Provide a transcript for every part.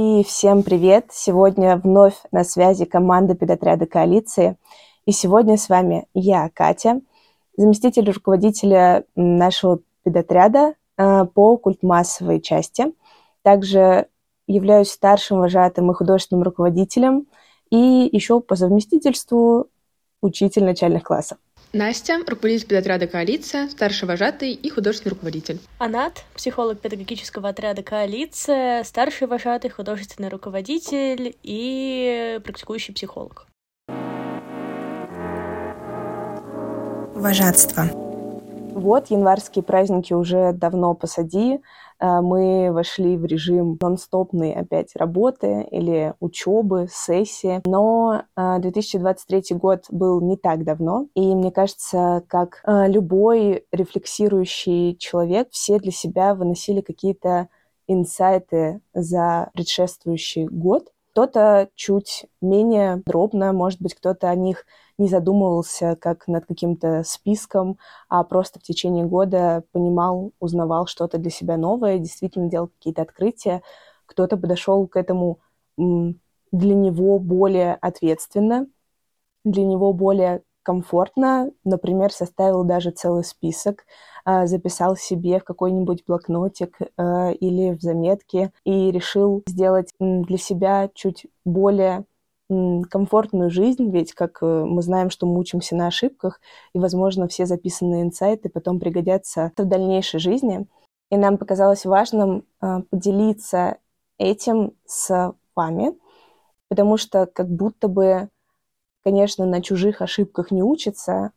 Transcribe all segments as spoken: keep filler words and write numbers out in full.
И всем привет! Сегодня вновь на связи команда педотряда коалиции. И сегодня с вами я, Катя, заместитель руководителя нашего педотряда э, по культмассовой части. Также являюсь старшим вожатым и художественным руководителем, и еще по совместительству учитель начальных классов. Настя, руководитель педотряда «Коалиция», старший вожатый и художественный руководитель. Анат, психолог педагогического отряда «Коалиция», старший вожатый, художественный руководитель и практикующий психолог. Вожатство. Вот, январские праздники уже давно позади. Мы вошли в режим нон-стопной опять работы или учебы, сессии. Но две тысячи двадцать третий год был не так давно. И мне кажется, как любой рефлексирующий человек, все для себя выносили какие-то инсайты за предшествующий год. Кто-то чуть менее дробно, может быть, кто-то о них не задумывался как над каким-то списком, а просто в течение года понимал, узнавал что-то для себя новое, действительно делал какие-то открытия. Кто-то подошел к этому для него более ответственно, для него более комфортно, например, составил даже целый список, записал себе в какой-нибудь блокнотик или в заметке и решил сделать для себя чуть более комфортную жизнь, ведь, как мы знаем, что мы учимся на ошибках, и, возможно, все записанные инсайты потом пригодятся в дальнейшей жизни. И нам показалось важным поделиться этим с вами, потому что как будто бы, конечно, на чужих ошибках не учатся,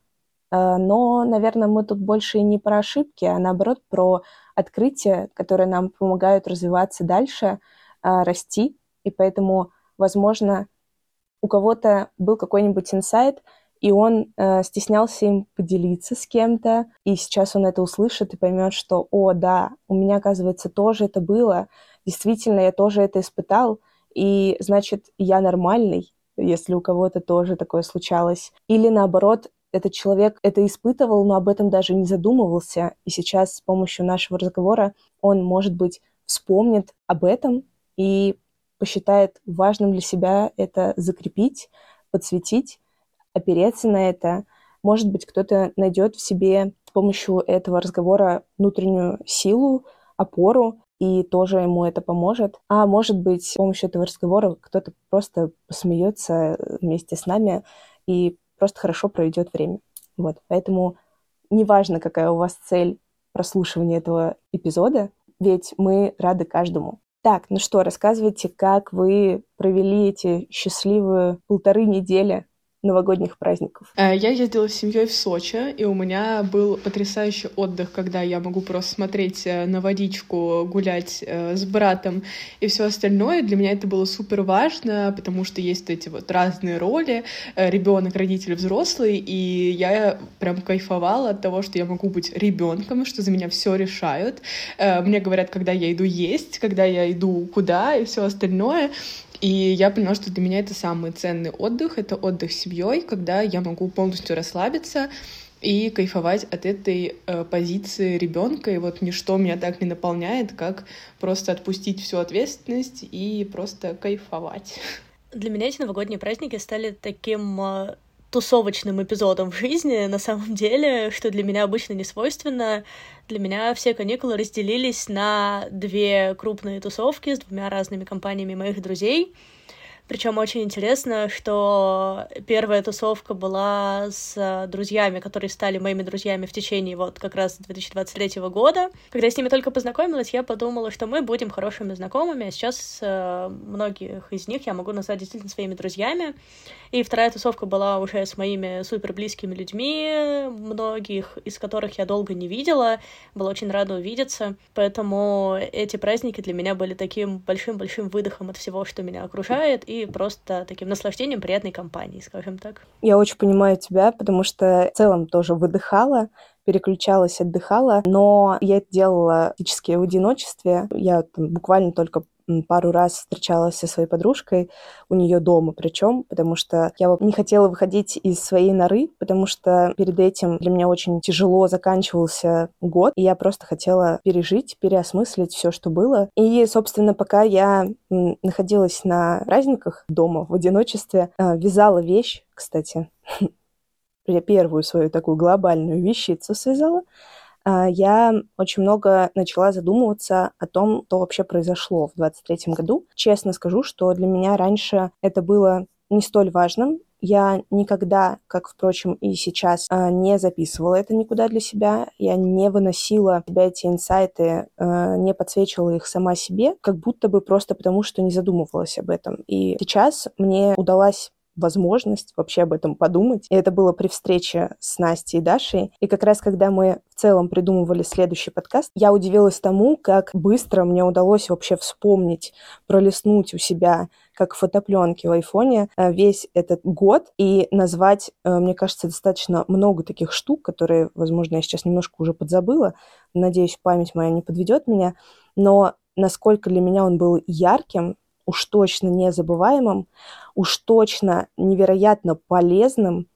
но, наверное, мы тут больше и не про ошибки, а наоборот про открытия, которые нам помогают развиваться дальше, расти. И поэтому, возможно, у кого-то был какой-нибудь инсайт, и он э, стеснялся им поделиться с кем-то, и сейчас он это услышит и поймет, что, о, да, у меня, оказывается, тоже это было, действительно, я тоже это испытал, и, значит, я нормальный, если у кого-то тоже такое случалось. Или, наоборот, этот человек это испытывал, но об этом даже не задумывался, и сейчас с помощью нашего разговора он, может быть, вспомнит об этом и посчитает важным для себя это закрепить, подсветить, опереться на это. Может быть, кто-то найдет в себе с помощью этого разговора внутреннюю силу, опору, и тоже ему это поможет. А может быть, с помощью этого разговора кто-то просто посмеется вместе с нами и просто хорошо проведет время. Вот. Поэтому неважно, какая у вас цель прослушивания этого эпизода, ведь мы рады каждому. Так, ну что, рассказывайте, как вы провели эти счастливые полторы недели новогодних праздников. Я ездила с семьей в Сочи, и у меня был потрясающий отдых, когда я могу просто смотреть на водичку, гулять с братом и все остальное. Для меня это было супер важно, потому что есть эти вот разные роли: ребенок, родитель, взрослый, и я прям кайфовала от того, что я могу быть ребенком, что за меня все решают. Мне говорят, когда я иду есть, когда я иду куда и все остальное. И я поняла, что для меня это самый ценный отдых, это отдых с семьей, когда я могу полностью расслабиться и кайфовать от этой э, позиции ребенка. И вот ничто меня так не наполняет, как просто отпустить всю ответственность и просто кайфовать. Для меня эти новогодние праздники стали таким э, тусовочным эпизодом в жизни, на самом деле, что для меня обычно не свойственно. Для меня все каникулы разделились на две крупные тусовки с двумя разными компаниями моих друзей. Причем очень интересно, что первая тусовка была с друзьями, которые стали моими друзьями в течение вот как раз две тысячи двадцать третьего года. Когда я с ними только познакомилась, я подумала, что мы будем хорошими знакомыми, а сейчас многих из них я могу назвать действительно своими друзьями. И вторая тусовка была уже с моими суперблизкими людьми, многих из которых я долго не видела. Была очень рада увидеться. Поэтому эти праздники для меня были таким большим-большим выдохом от всего, что меня окружает, и просто таким наслаждением приятной компании, скажем так. Я очень понимаю тебя, потому что в целом тоже выдыхала, переключалась, отдыхала, но я это делала практически в одиночестве. Я там буквально только пару раз встречалась со своей подружкой у нее дома, причем, потому что я не хотела выходить из своей норы, потому что перед этим для меня очень тяжело заканчивался год, и я просто хотела пережить, переосмыслить все, что было. И, собственно, пока я находилась на праздниках дома в одиночестве, вязала вещь, кстати, я первую свою такую глобальную вещицу связала, я очень много начала задумываться о том, что вообще произошло в двадцать третьем году. Честно скажу, что для меня раньше это было не столь важным. Я никогда, как, впрочем, и сейчас, не записывала это никуда для себя. Я не выносила в себя эти инсайты, не подсвечивала их сама себе, как будто бы просто потому, что не задумывалась об этом. И сейчас мне удалось возможность вообще об этом подумать. И это было при встрече с Настей и Дашей. И как раз, когда мы в целом придумывали следующий подкаст, я удивилась тому, как быстро мне удалось вообще вспомнить, пролистнуть у себя, как фотопленки в айфоне, весь этот год и назвать, мне кажется, достаточно много таких штук, которые, возможно, я сейчас немножко уже подзабыла. Надеюсь, память моя не подведет меня. Но насколько для меня он был ярким, уж точно незабываемым, уж точно невероятно полезным,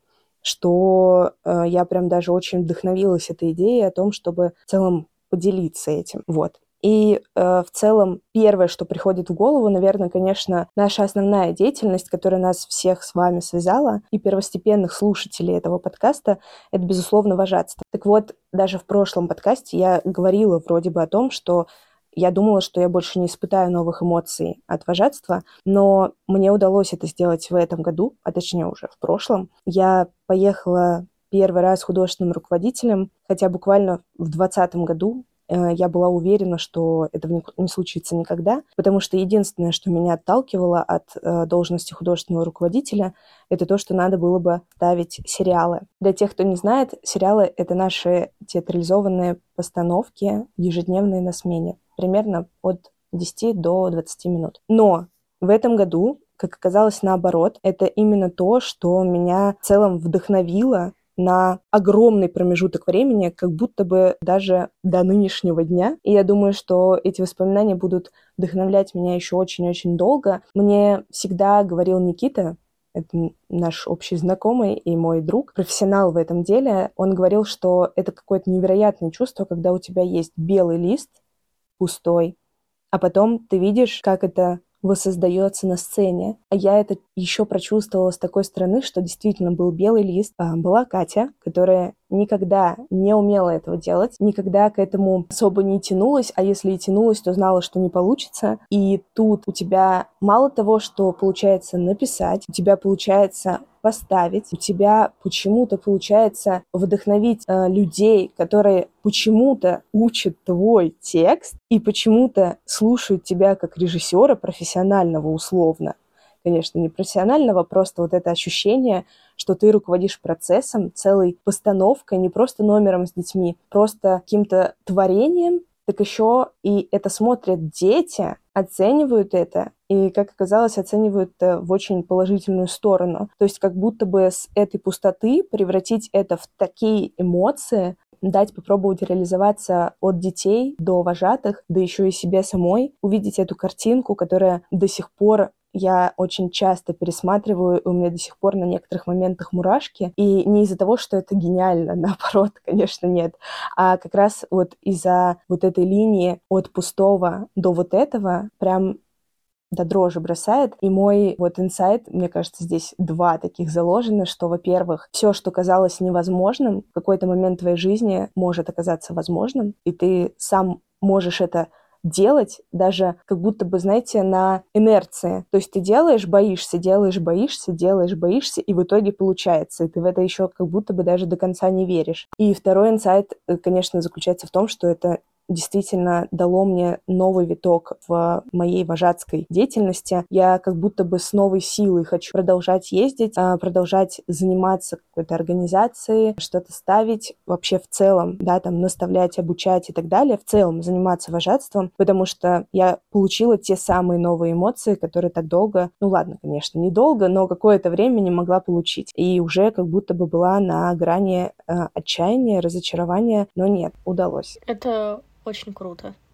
что э, я прям даже очень вдохновилась этой идеей о том, чтобы в целом поделиться этим. Вот. И э, в целом первое, что приходит в голову, наверное, конечно, наша основная деятельность, которая нас всех с вами связала, и первостепенных слушателей этого подкаста, это, безусловно, вожатство. Так вот, даже в прошлом подкасте я говорила вроде бы о том, что я думала, что я больше не испытаю новых эмоций от вожатства, но мне удалось это сделать в этом году, а точнее уже в прошлом. Я поехала первый раз художественным руководителем, хотя буквально в двадцатом году э, я была уверена, что этого не, не случится никогда, потому что единственное, что меня отталкивало от э, должности художественного руководителя, это то, что надо было бы ставить сериалы. Для тех, кто не знает, сериалы — это наши театрализованные постановки, ежедневные на смене, примерно от десяти до двадцати минут. Но в этом году, как оказалось, наоборот, это именно то, что меня в целом вдохновило на огромный промежуток времени, как будто бы даже до нынешнего дня. И я думаю, что эти воспоминания будут вдохновлять меня еще очень-очень долго. Мне всегда говорил Никита, это наш общий знакомый и мой друг, профессионал в этом деле, он говорил, что это какое-то невероятное чувство, когда у тебя есть белый лист, пустой, а потом ты видишь, как это воссоздается на сцене. А я это еще прочувствовала с такой стороны, что действительно был белый лист. А была Катя, которая никогда не умела этого делать, никогда к этому особо не тянулась, а если и тянулась, то знала, что не получится. И тут у тебя мало того, что получается написать, у тебя получается поставить, у тебя почему-то получается вдохновить э, людей, которые почему-то учат твой текст и почему-то слушают тебя как режиссера профессионального условно. Конечно, не профессионального, просто вот это ощущение, что ты руководишь процессом, целой постановкой, не просто номером с детьми, просто каким-то творением, так еще и это смотрят дети, оценивают это, и, как оказалось, оценивают в очень положительную сторону. То есть как будто бы с этой пустоты превратить это в такие эмоции, дать попробовать реализоваться от детей до вожатых, да еще и себе самой, увидеть эту картинку, которая до сих пор я очень часто пересматриваю, и у меня до сих пор на некоторых моментах мурашки. И не из-за того, что это гениально, наоборот, конечно, нет, а как раз вот из-за вот этой линии от пустого до вот этого прям до дрожи бросает. И мой вот инсайт, мне кажется, здесь два таких заложено, что, во-первых, все, что казалось невозможным, в какой-то момент твоей жизни может оказаться возможным, и ты сам можешь это делать даже как будто бы, знаете, на инерции. То есть ты делаешь, боишься, делаешь, боишься, делаешь, боишься, и в итоге получается. И ты в это еще как будто бы даже до конца не веришь. И второй инсайт, конечно, заключается в том, что это действительно дало мне новый виток в моей вожатской деятельности. Я как будто бы с новой силой хочу продолжать ездить, продолжать заниматься какой-то организацией, что-то ставить, вообще в целом, да, там, наставлять, обучать и так далее, в целом заниматься вожатством, потому что я получила те самые новые эмоции, которые так долго, ну ладно, конечно, недолго, но какое-то время не могла получить. И уже как будто бы была на грани э, отчаяния, разочарования, но нет, удалось. Это очень круто.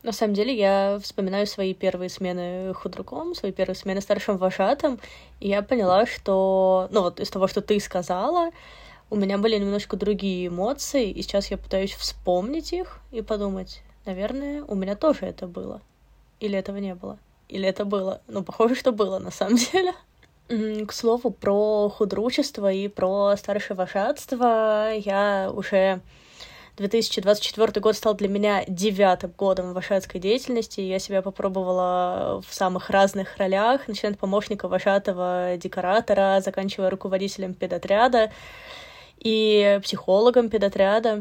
На самом деле, я вспоминаю свои первые смены худруком, свои первые смены старшим вожатым, и я поняла, что, ну вот из того, что ты сказала, у меня были немножко другие эмоции, и сейчас я пытаюсь вспомнить их и подумать, наверное, у меня тоже это было. Или этого не было. Или это было. Ну, похоже, что было, на самом деле. К слову, про худручество и про старшее вожатство я уже... две тысячи двадцать четвёртый год стал для меня девятым годом вожатской деятельности. Я себя попробовала в самых разных ролях, начиная от помощника вожатого, декоратора, заканчивая руководителем педотряда и психологом педотряда.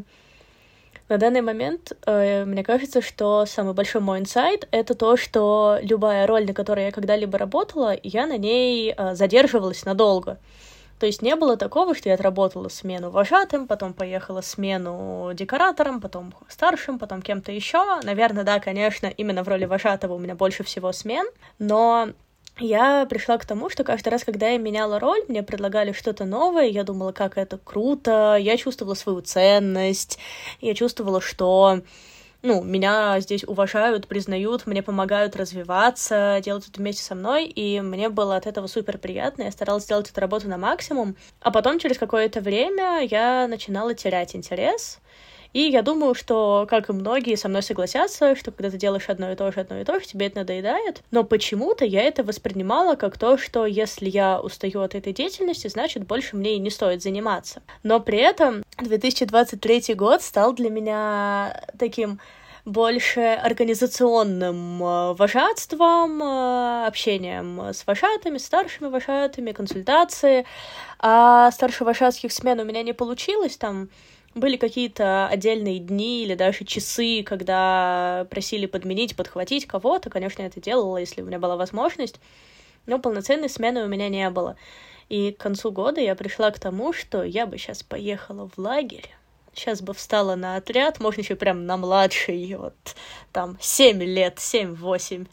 На данный момент э, мне кажется, что самый большой мой инсайт — это то, что любая роль, на которой я когда-либо работала, я на ней э, задерживалась надолго. То есть не было такого, что я отработала смену вожатым, потом поехала смену декоратором, потом старшим, потом кем-то еще. Наверное, да, конечно, именно в роли вожатого у меня больше всего смен, но я пришла к тому, что каждый раз, когда я меняла роль, мне предлагали что-то новое, я думала, как это круто, я чувствовала свою ценность, я чувствовала, что... Ну, меня здесь уважают, признают, мне помогают развиваться, делают это вместе со мной, и мне было от этого супер приятно, я старалась сделать эту работу на максимум, а потом через какое-то время я начинала терять интерес, и я думаю, что, как и многие со мной согласятся, что когда ты делаешь одно и то же, одно и то же, тебе это надоедает, но почему-то я это воспринимала как то, что если я устаю от этой деятельности, значит, больше мне и не стоит заниматься. Но при этом две тысячи двадцать третий год стал для меня таким больше организационным вожатством, общением с вожатыми, старшими вожатыми, консультации. А старшевожатских смен у меня не получилось, там были какие-то отдельные дни или даже часы, когда просили подменить, подхватить кого-то. Конечно, я это делала, если у меня была возможность, но полноценной смены у меня не было. И к концу года я пришла к тому, что я бы сейчас поехала в лагерь, сейчас бы встала на отряд, можно еще прям на младший, вот там семь лет, семь-восемь,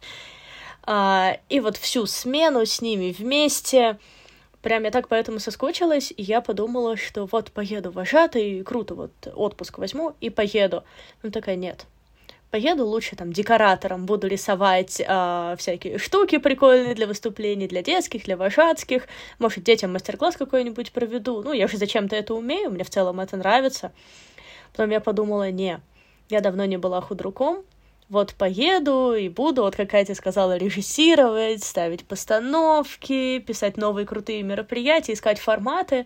а, и вот всю смену с ними вместе. Прям я так поэтому соскучилась, и я подумала, что вот поеду вожатой, круто, вот отпуск возьму и поеду. Ну такая, нет. Поеду лучше там декоратором, буду рисовать э, всякие штуки прикольные для выступлений, для детских, для вожатских. Может, детям мастер-класс какой-нибудь проведу. Ну, я же зачем-то это умею, мне в целом это нравится. Потом я подумала, не, я давно не была худруком, вот поеду и буду, вот как Катя сказала, режиссировать, ставить постановки, писать новые крутые мероприятия, искать форматы.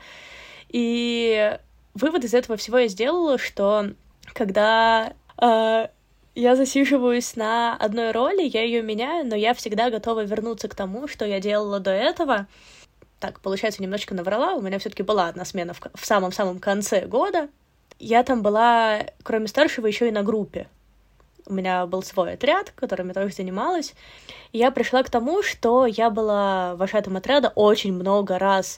И вывод из этого всего я сделала, что когда э, я засиживаюсь на одной роли, я ее меняю, но я всегда готова вернуться к тому, что я делала до этого. Так, получается, немножечко наврала, у меня все-таки была одна смена в, в самом-самом конце года. Я там была, кроме старшего, еще и на группе. У меня был свой отряд, которым я тоже занималась. И я пришла к тому, что я была вожатым отряда очень много раз.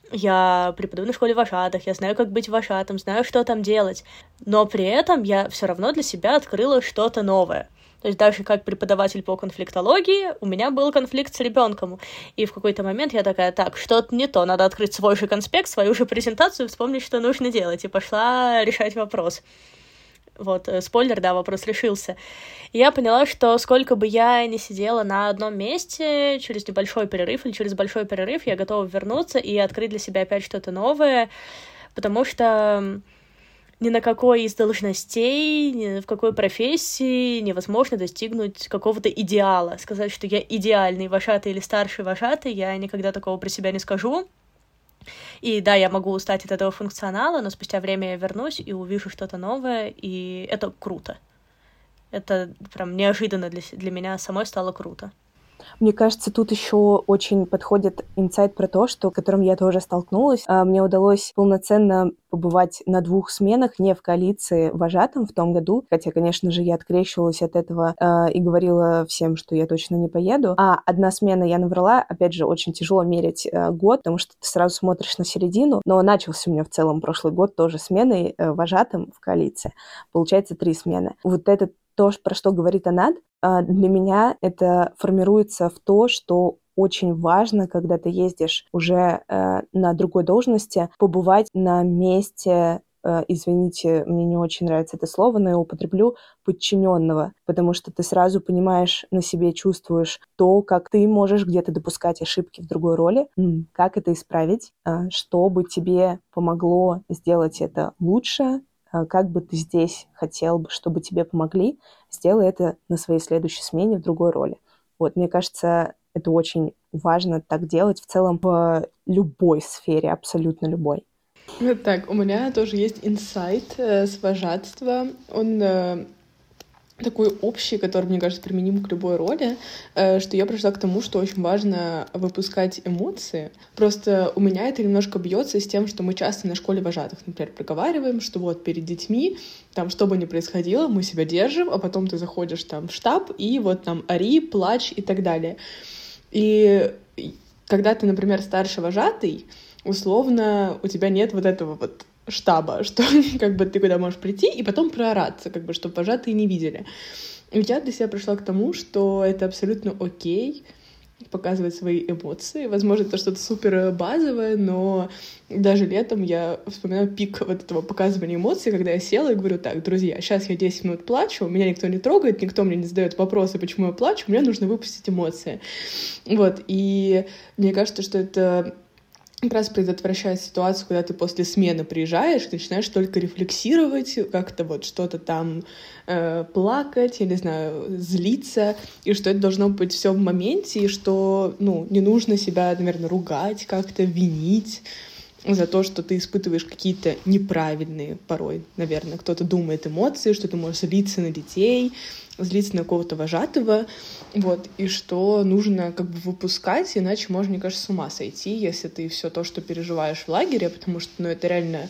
Я преподаю на школе вожатых, я знаю, как быть вожатым, знаю, что там делать. Но при этом я все равно для себя открыла что-то новое. То есть даже как преподаватель по конфликтологии у меня был конфликт с ребенком. И в какой-то момент я такая, так, что-то не то, надо открыть свой же конспект, свою же презентацию, вспомнить, что нужно делать. И пошла решать вопрос. Вот, спойлер, да, вопрос решился. И я поняла, что сколько бы я ни сидела на одном месте, через небольшой перерыв или через большой перерыв я готова вернуться и открыть для себя опять что-то новое, потому что ни на какой из должностей, ни в какой профессии невозможно достигнуть какого-то идеала. Сказать, что я идеальный вожатый или старший вожатый, я никогда такого про себя не скажу. И да, я могу устать от этого функционала, но спустя время я вернусь и увижу что-то новое, и это круто. Это прям неожиданно для, для меня самой стало круто. Мне кажется, тут еще очень подходит инсайт про то, что, с которым я тоже столкнулась. Мне удалось полноценно побывать на двух сменах, не в коалиции вожатым в том году, хотя, конечно же, я открещивалась от этого э, и говорила всем, что я точно не поеду. А одна смена я наврала, опять же, очень тяжело мерить э, год, потому что ты сразу смотришь на середину, но начался у меня в целом прошлый год тоже сменой э, вожатым в коалиции. Получается, три смены. Вот это то, про что говорит Анат, для меня это формируется в то, что очень важно, когда ты ездишь уже э, на другой должности, побывать на месте извините, мне не очень нравится это слово, но я употреблю, подчиненного, потому что ты сразу понимаешь, на себе чувствуешь то, как ты можешь где-то допускать ошибки в другой роли, как это исправить, чтобы тебе помогло сделать это лучше, как бы ты здесь хотел, чтобы тебе помогли, сделай это на своей следующей смене в другой роли. Вот, мне кажется, это очень важно так делать в целом в любой сфере, абсолютно любой. Так, у меня тоже есть инсайт э, с вожатства. Он э, такой общий, который, мне кажется, применим к любой роли, э, что я пришла к тому, что очень важно выпускать эмоции. Просто у меня это немножко бьется с тем, что мы часто на школе вожатых, например, проговариваем, что вот перед детьми, там, что бы ни происходило, мы себя держим, а потом ты заходишь там в штаб, и вот там ори, плачь и так далее. И когда ты, например, старший вожатый, условно, у тебя нет вот этого вот штаба, что как бы ты куда можешь прийти и потом проораться, как бы, чтобы вожатые не видели. И я для себя пришла к тому, что это абсолютно окей показывать свои эмоции. Возможно, это что-то супер базовое, но даже летом я вспоминаю пик вот этого показывания эмоций, когда я села и говорю: так, друзья, сейчас я десять минут плачу, меня никто не трогает, никто мне не задает вопросы, почему я плачу, мне нужно выпустить эмоции. Вот, и мне кажется, что это как раз предотвращает ситуацию, когда ты после смены приезжаешь, ты начинаешь только рефлексировать, как-то вот что-то там э, плакать, я не знаю, злиться, и что это должно быть все в моменте, и что, ну, не нужно себя, наверное, ругать, как-то винить за то, что ты испытываешь какие-то неправильные порой, наверное, кто-то думает эмоции, что ты можешь злиться на детей, злиться на кого-то вожатого, вот, и что нужно как бы выпускать, иначе можно, мне кажется, с ума сойти, если ты все то, что переживаешь в лагере, потому что, ну, это реально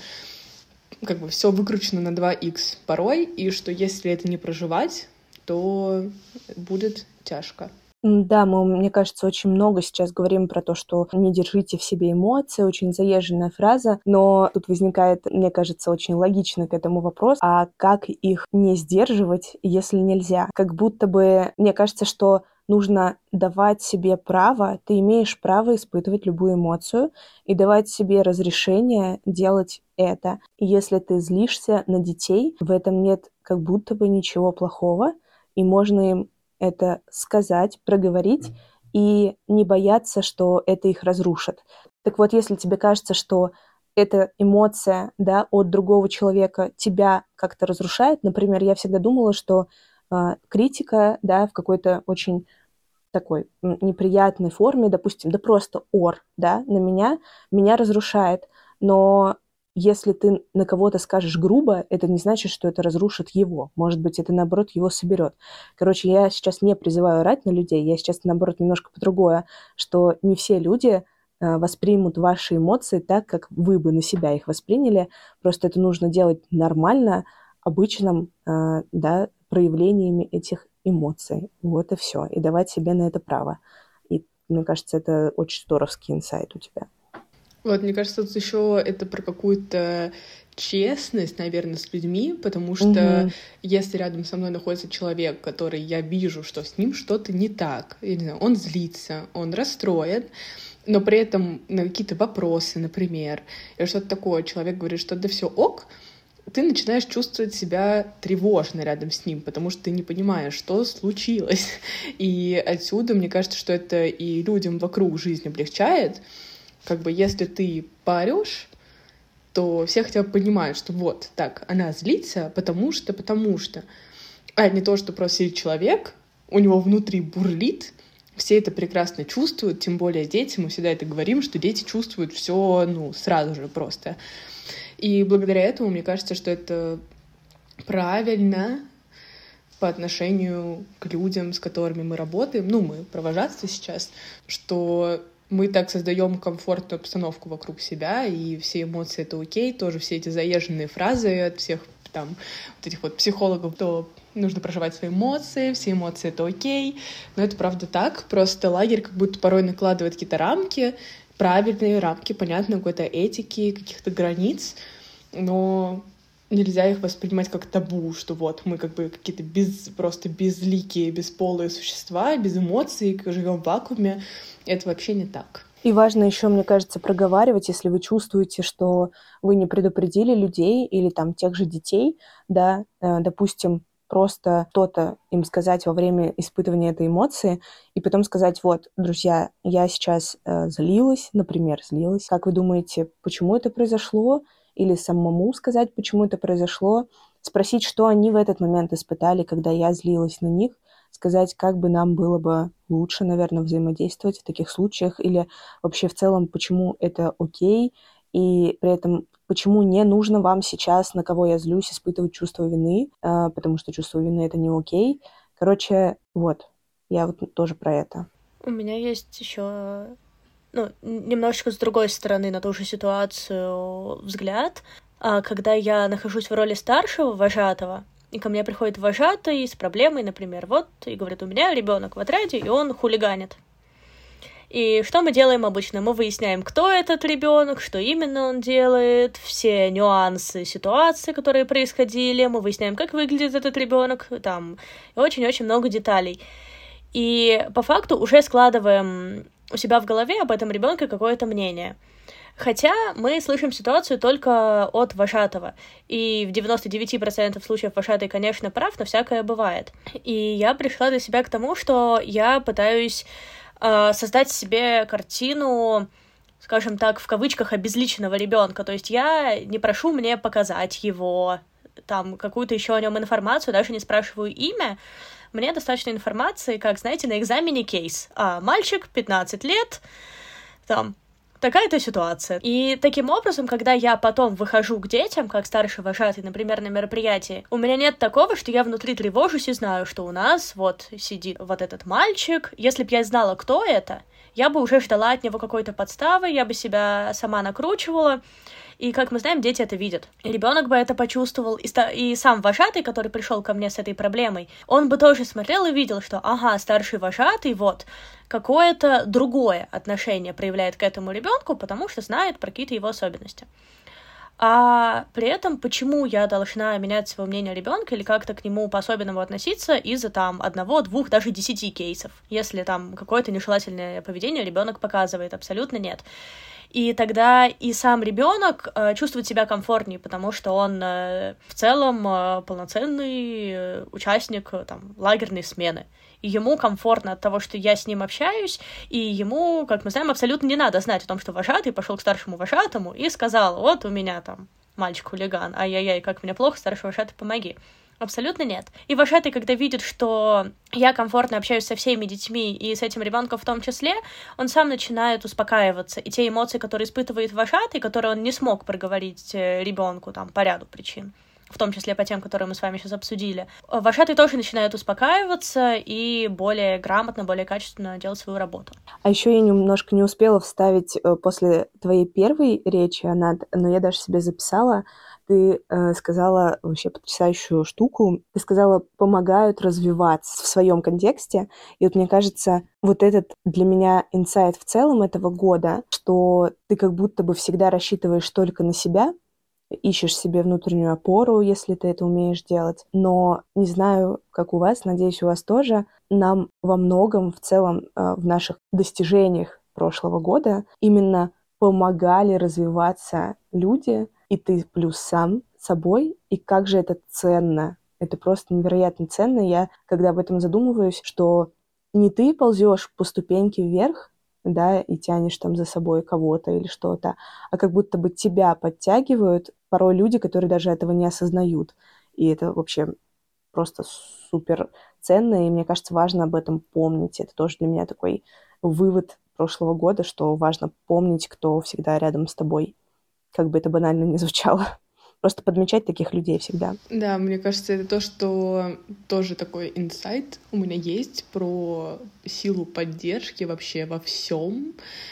как бы все выкручено на два икс порой, и что если это не проживать, то будет тяжко. Да, мы, мне кажется, очень много сейчас говорим про то, что не держите в себе эмоции, очень заезженная фраза, но тут возникает, мне кажется, очень логично к этому вопрос, а как их не сдерживать, если нельзя? Как будто бы, мне кажется, что нужно давать себе право, ты имеешь право испытывать любую эмоцию и давать себе разрешение делать это. И если ты злишься на детей, в этом нет как будто бы ничего плохого, и можно им это сказать, проговорить и не бояться, что это их разрушит. Так вот, если тебе кажется, что эта эмоция, да, от другого человека тебя как-то разрушает, например, я всегда думала, что э, критика, да, в какой-то очень такой неприятной форме, допустим, да просто ор, да, на меня, меня разрушает, но если ты на кого-то скажешь грубо, это не значит, что это разрушит его. Может быть, это, наоборот, его соберет. Короче, я сейчас не призываю орать на людей, я сейчас, наоборот, немножко по-другое, что не все люди э, воспримут ваши эмоции так, как вы бы на себя их восприняли. Просто это нужно делать нормально, обычным, э, да, проявлениями этих эмоций. Вот и все. И давать себе на это право. И мне кажется, это очень здоровский инсайт у тебя. Вот, мне кажется, тут еще это про какую-то честность, наверное, с людьми, потому что mm-hmm. если рядом со мной находится человек, который я вижу, что с ним что-то не так, я не знаю, он злится, он расстроен, но при этом на какие-то вопросы, например, или что-то такое, человек говорит, что да все ок, ты начинаешь чувствовать себя тревожно рядом с ним, потому что ты не понимаешь, что случилось. И отсюда, мне кажется, что это и людям вокруг жизнь облегчает. Как бы если ты поорёшь, то все хотя бы понимают, что вот, так, она злится, потому что, потому что. А не то, что просто сидит человек, у него внутри бурлит, все это прекрасно чувствуют, тем более дети, мы всегда это говорим, что дети чувствуют все, ну, сразу же просто. И благодаря этому, мне кажется, что это правильно по отношению к людям, с которыми мы работаем, ну, мы про вожатство сейчас, что мы так создаем комфортную обстановку вокруг себя, и все эмоции — это окей, тоже все эти заезженные фразы от всех там вот этих вот психологов, то нужно проживать свои эмоции, все эмоции — это окей, но это правда так, просто лагерь как будто порой накладывает какие-то рамки, правильные рамки, понятно, какой-то этики, каких-то границ, но нельзя их воспринимать как табу, что вот мы как бы какие-то без, просто безликие, бесполые существа, без эмоций, живем в вакууме. Это вообще не так. И важно еще, мне кажется, проговаривать, если вы чувствуете, что вы не предупредили людей или там тех же детей, да, э, допустим, просто что-то им сказать во время испытывания этой эмоции, и потом сказать: вот, друзья, я сейчас э, злилась, например, злилась. Как вы думаете, почему это произошло? Или самому сказать, почему это произошло. Спросить, что они в этот момент испытали, когда я злилась на них. Сказать, как бы нам было бы лучше, наверное, взаимодействовать в таких случаях. Или вообще в целом, почему это окей. И при этом, почему не нужно вам сейчас, на кого я злюсь, испытывать чувство вины, э, потому что чувство вины — это не окей. Короче, вот, я вот тоже про это. У меня есть еще, ну, немножечко с другой стороны на ту же ситуацию взгляд. А когда я нахожусь в роли старшего вожатого, и ко мне приходит вожатый с проблемой, например, вот, и говорит: у меня ребенок в отряде, и он хулиганит. И что мы делаем обычно? Мы выясняем, кто этот ребенок, что именно он делает, все нюансы ситуации, которые происходили, мы выясняем, как выглядит этот ребенок, там очень-очень много деталей. И по факту уже складываем у себя в голове об этом ребенке какое-то мнение. Хотя мы слышим ситуацию только от вожатого. И в девяносто девять процентов случаев вожатый, конечно, прав, но всякое бывает. И я пришла для себя к тому, что я пытаюсь э, создать себе картину, скажем так, в кавычках, обезличенного ребенка. То есть я не прошу мне показать его, там, какую-то еще о нем информацию, даже не спрашиваю имя. Мне достаточно информации, как, знаете, на экзамене кейс. А, мальчик, пятнадцать лет, там, такая-то ситуация. И таким образом, когда я потом выхожу к детям, как старший вожатый, например, на мероприятии, у меня нет такого, что я внутри тревожусь и знаю, что у нас вот сидит вот этот мальчик. Если бы я знала, кто это, я бы уже ждала от него какой-то подставы, я бы себя сама накручивала. И, как мы знаем, дети это видят. И ребенок бы это почувствовал, и, ста- и сам вожатый, который пришел ко мне с этой проблемой, он бы тоже смотрел и видел, что, ага, старший вожатый, вот, какое-то другое отношение проявляет к этому ребенку, потому что знает про какие-то его особенности. А при этом, почему я должна менять свое мнение о ребенке или как-то к нему по-особенному относиться из-за там одного, двух, даже десяти кейсов, если там какое-то нежелательное поведение ребенок показывает? Абсолютно нет. И тогда и сам ребенок э, чувствует себя комфортнее, потому что он э, в целом э, полноценный э, участник э, там, лагерной смены. И ему комфортно от того, что я с ним общаюсь, и ему, как мы знаем, абсолютно не надо знать о том, что вожатый пошел к старшему вожатому и сказал: вот у меня там мальчик-хулиган, ай-яй-яй, как мне плохо, старший вожатый, помоги. Абсолютно нет. И вожатый, когда видит, что я комфортно общаюсь со всеми детьми и с этим ребенком в том числе, он сам начинает успокаиваться. И те эмоции, которые испытывает вожатый, которые он не смог проговорить ребенку там по ряду причин, в том числе по тем, которые мы с вами сейчас обсудили, вожатый тоже начинает успокаиваться и более грамотно, более качественно делать свою работу. А еще я немножко не успела вставить после твоей первой речи, Анат, но я даже себе записала. Ты э, сказала вообще потрясающую штуку. Ты сказала, помогают развиваться в своем контексте. И вот мне кажется, вот этот для меня инсайт в целом этого года, что ты как будто бы всегда рассчитываешь только на себя, ищешь себе внутреннюю опору, если ты это умеешь делать. Но не знаю, как у вас, надеюсь, у вас тоже, нам во многом в целом э, в наших достижениях прошлого года именно помогали развиваться люди, и ты плюс сам собой, и как же это ценно. Это просто невероятно ценно. Я, когда об этом задумываюсь, что не ты ползешь по ступеньке вверх, да, и тянешь там за собой кого-то или что-то, а как будто бы тебя подтягивают порой люди, которые даже этого не осознают. И это вообще просто супер ценно, и мне кажется, важно об этом помнить. Это тоже для меня такой вывод прошлого года, что важно помнить, кто всегда рядом с тобой. Как бы это банально ни звучало. Просто подмечать таких людей всегда. Да, мне кажется, это то, что тоже такой инсайт у меня есть про силу поддержки вообще во всем.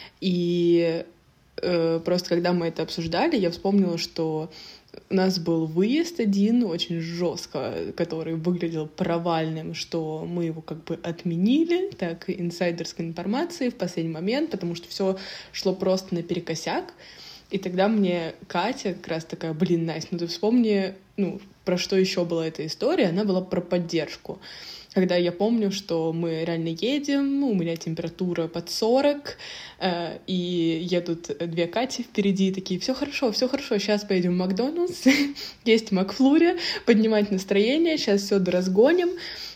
И э, просто когда мы это обсуждали, я вспомнила, что у нас был выезд один очень жестко, который выглядел провальным, что мы его как бы отменили, так инсайдерской информации в последний момент, потому что все шло просто наперекосяк. И тогда мне Катя как раз такая: блин, Настя, ну ты вспомни, ну, про что еще была эта история, она была про поддержку. Когда я помню, что мы реально едем, у меня температура под сорок, э, и едут две Кати впереди, такие: все хорошо, все хорошо, сейчас поедем в Макдональдс, есть Макфлури, поднимать настроение, сейчас все доразгоним.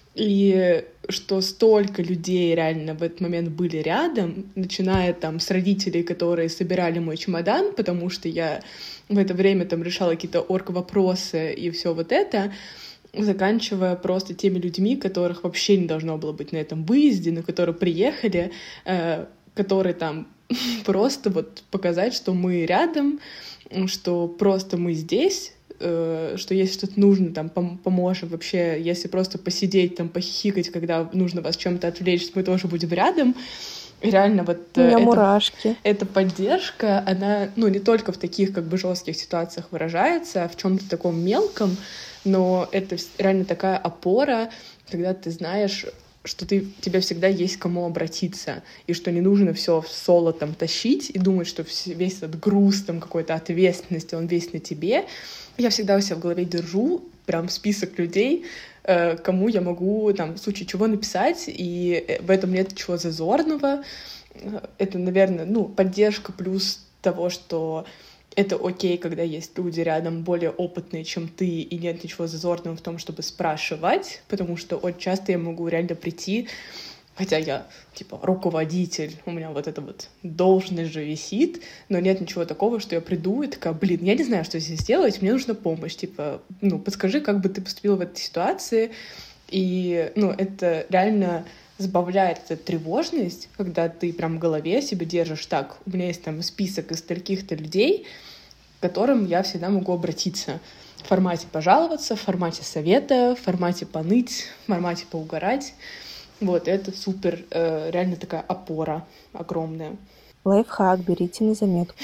И что столько людей реально в этот момент были рядом, начиная там с родителей, которые собирали мой чемодан, потому что я в это время там решала какие-то орг-вопросы и все вот это, заканчивая просто теми людьми, которых вообще не должно было быть на этом выезде, на которые приехали, э, которые там просто вот показать, что мы рядом, что просто мы здесь, э, что если что-то нужно, там, пом- поможем. Вообще, если просто посидеть, там, похихикать, когда нужно вас чем-то отвлечь, мы тоже будем рядом. И реально вот У меня эта, мурашки. эта поддержка, она, ну, не только в таких как бы жестких ситуациях выражается, а в чем-то таком мелком, но это реально такая опора, когда ты знаешь, что ты, тебе всегда есть к кому обратиться, и что не нужно все в соло там тащить и думать, что весь этот груз там какой-то ответственности, он весь на тебе. Я всегда у себя в голове держу прям список людей, кому я могу там в случае чего написать, и в этом нет ничего зазорного. Это, наверное, ну, поддержка плюс того, что это окей, когда есть люди рядом более опытные, чем ты, и нет ничего зазорного в том, чтобы спрашивать, потому что очень часто я могу реально прийти, хотя я, типа, руководитель, у меня вот эта вот должность же висит, но нет ничего такого, что я приду и такая: блин, я не знаю, что здесь делать, мне нужна помощь, типа, ну, подскажи, как бы ты поступила в этой ситуации, и, ну, это реально сбавляет эту тревожность, когда ты прям в голове себе держишь: так, у меня есть там список из стольких-то людей, к которым я всегда могу обратиться в формате пожаловаться, в формате совета, в формате поныть, в формате поугарать. Вот, это супер, э, реально такая опора огромная. Лайфхак, берите на заметку.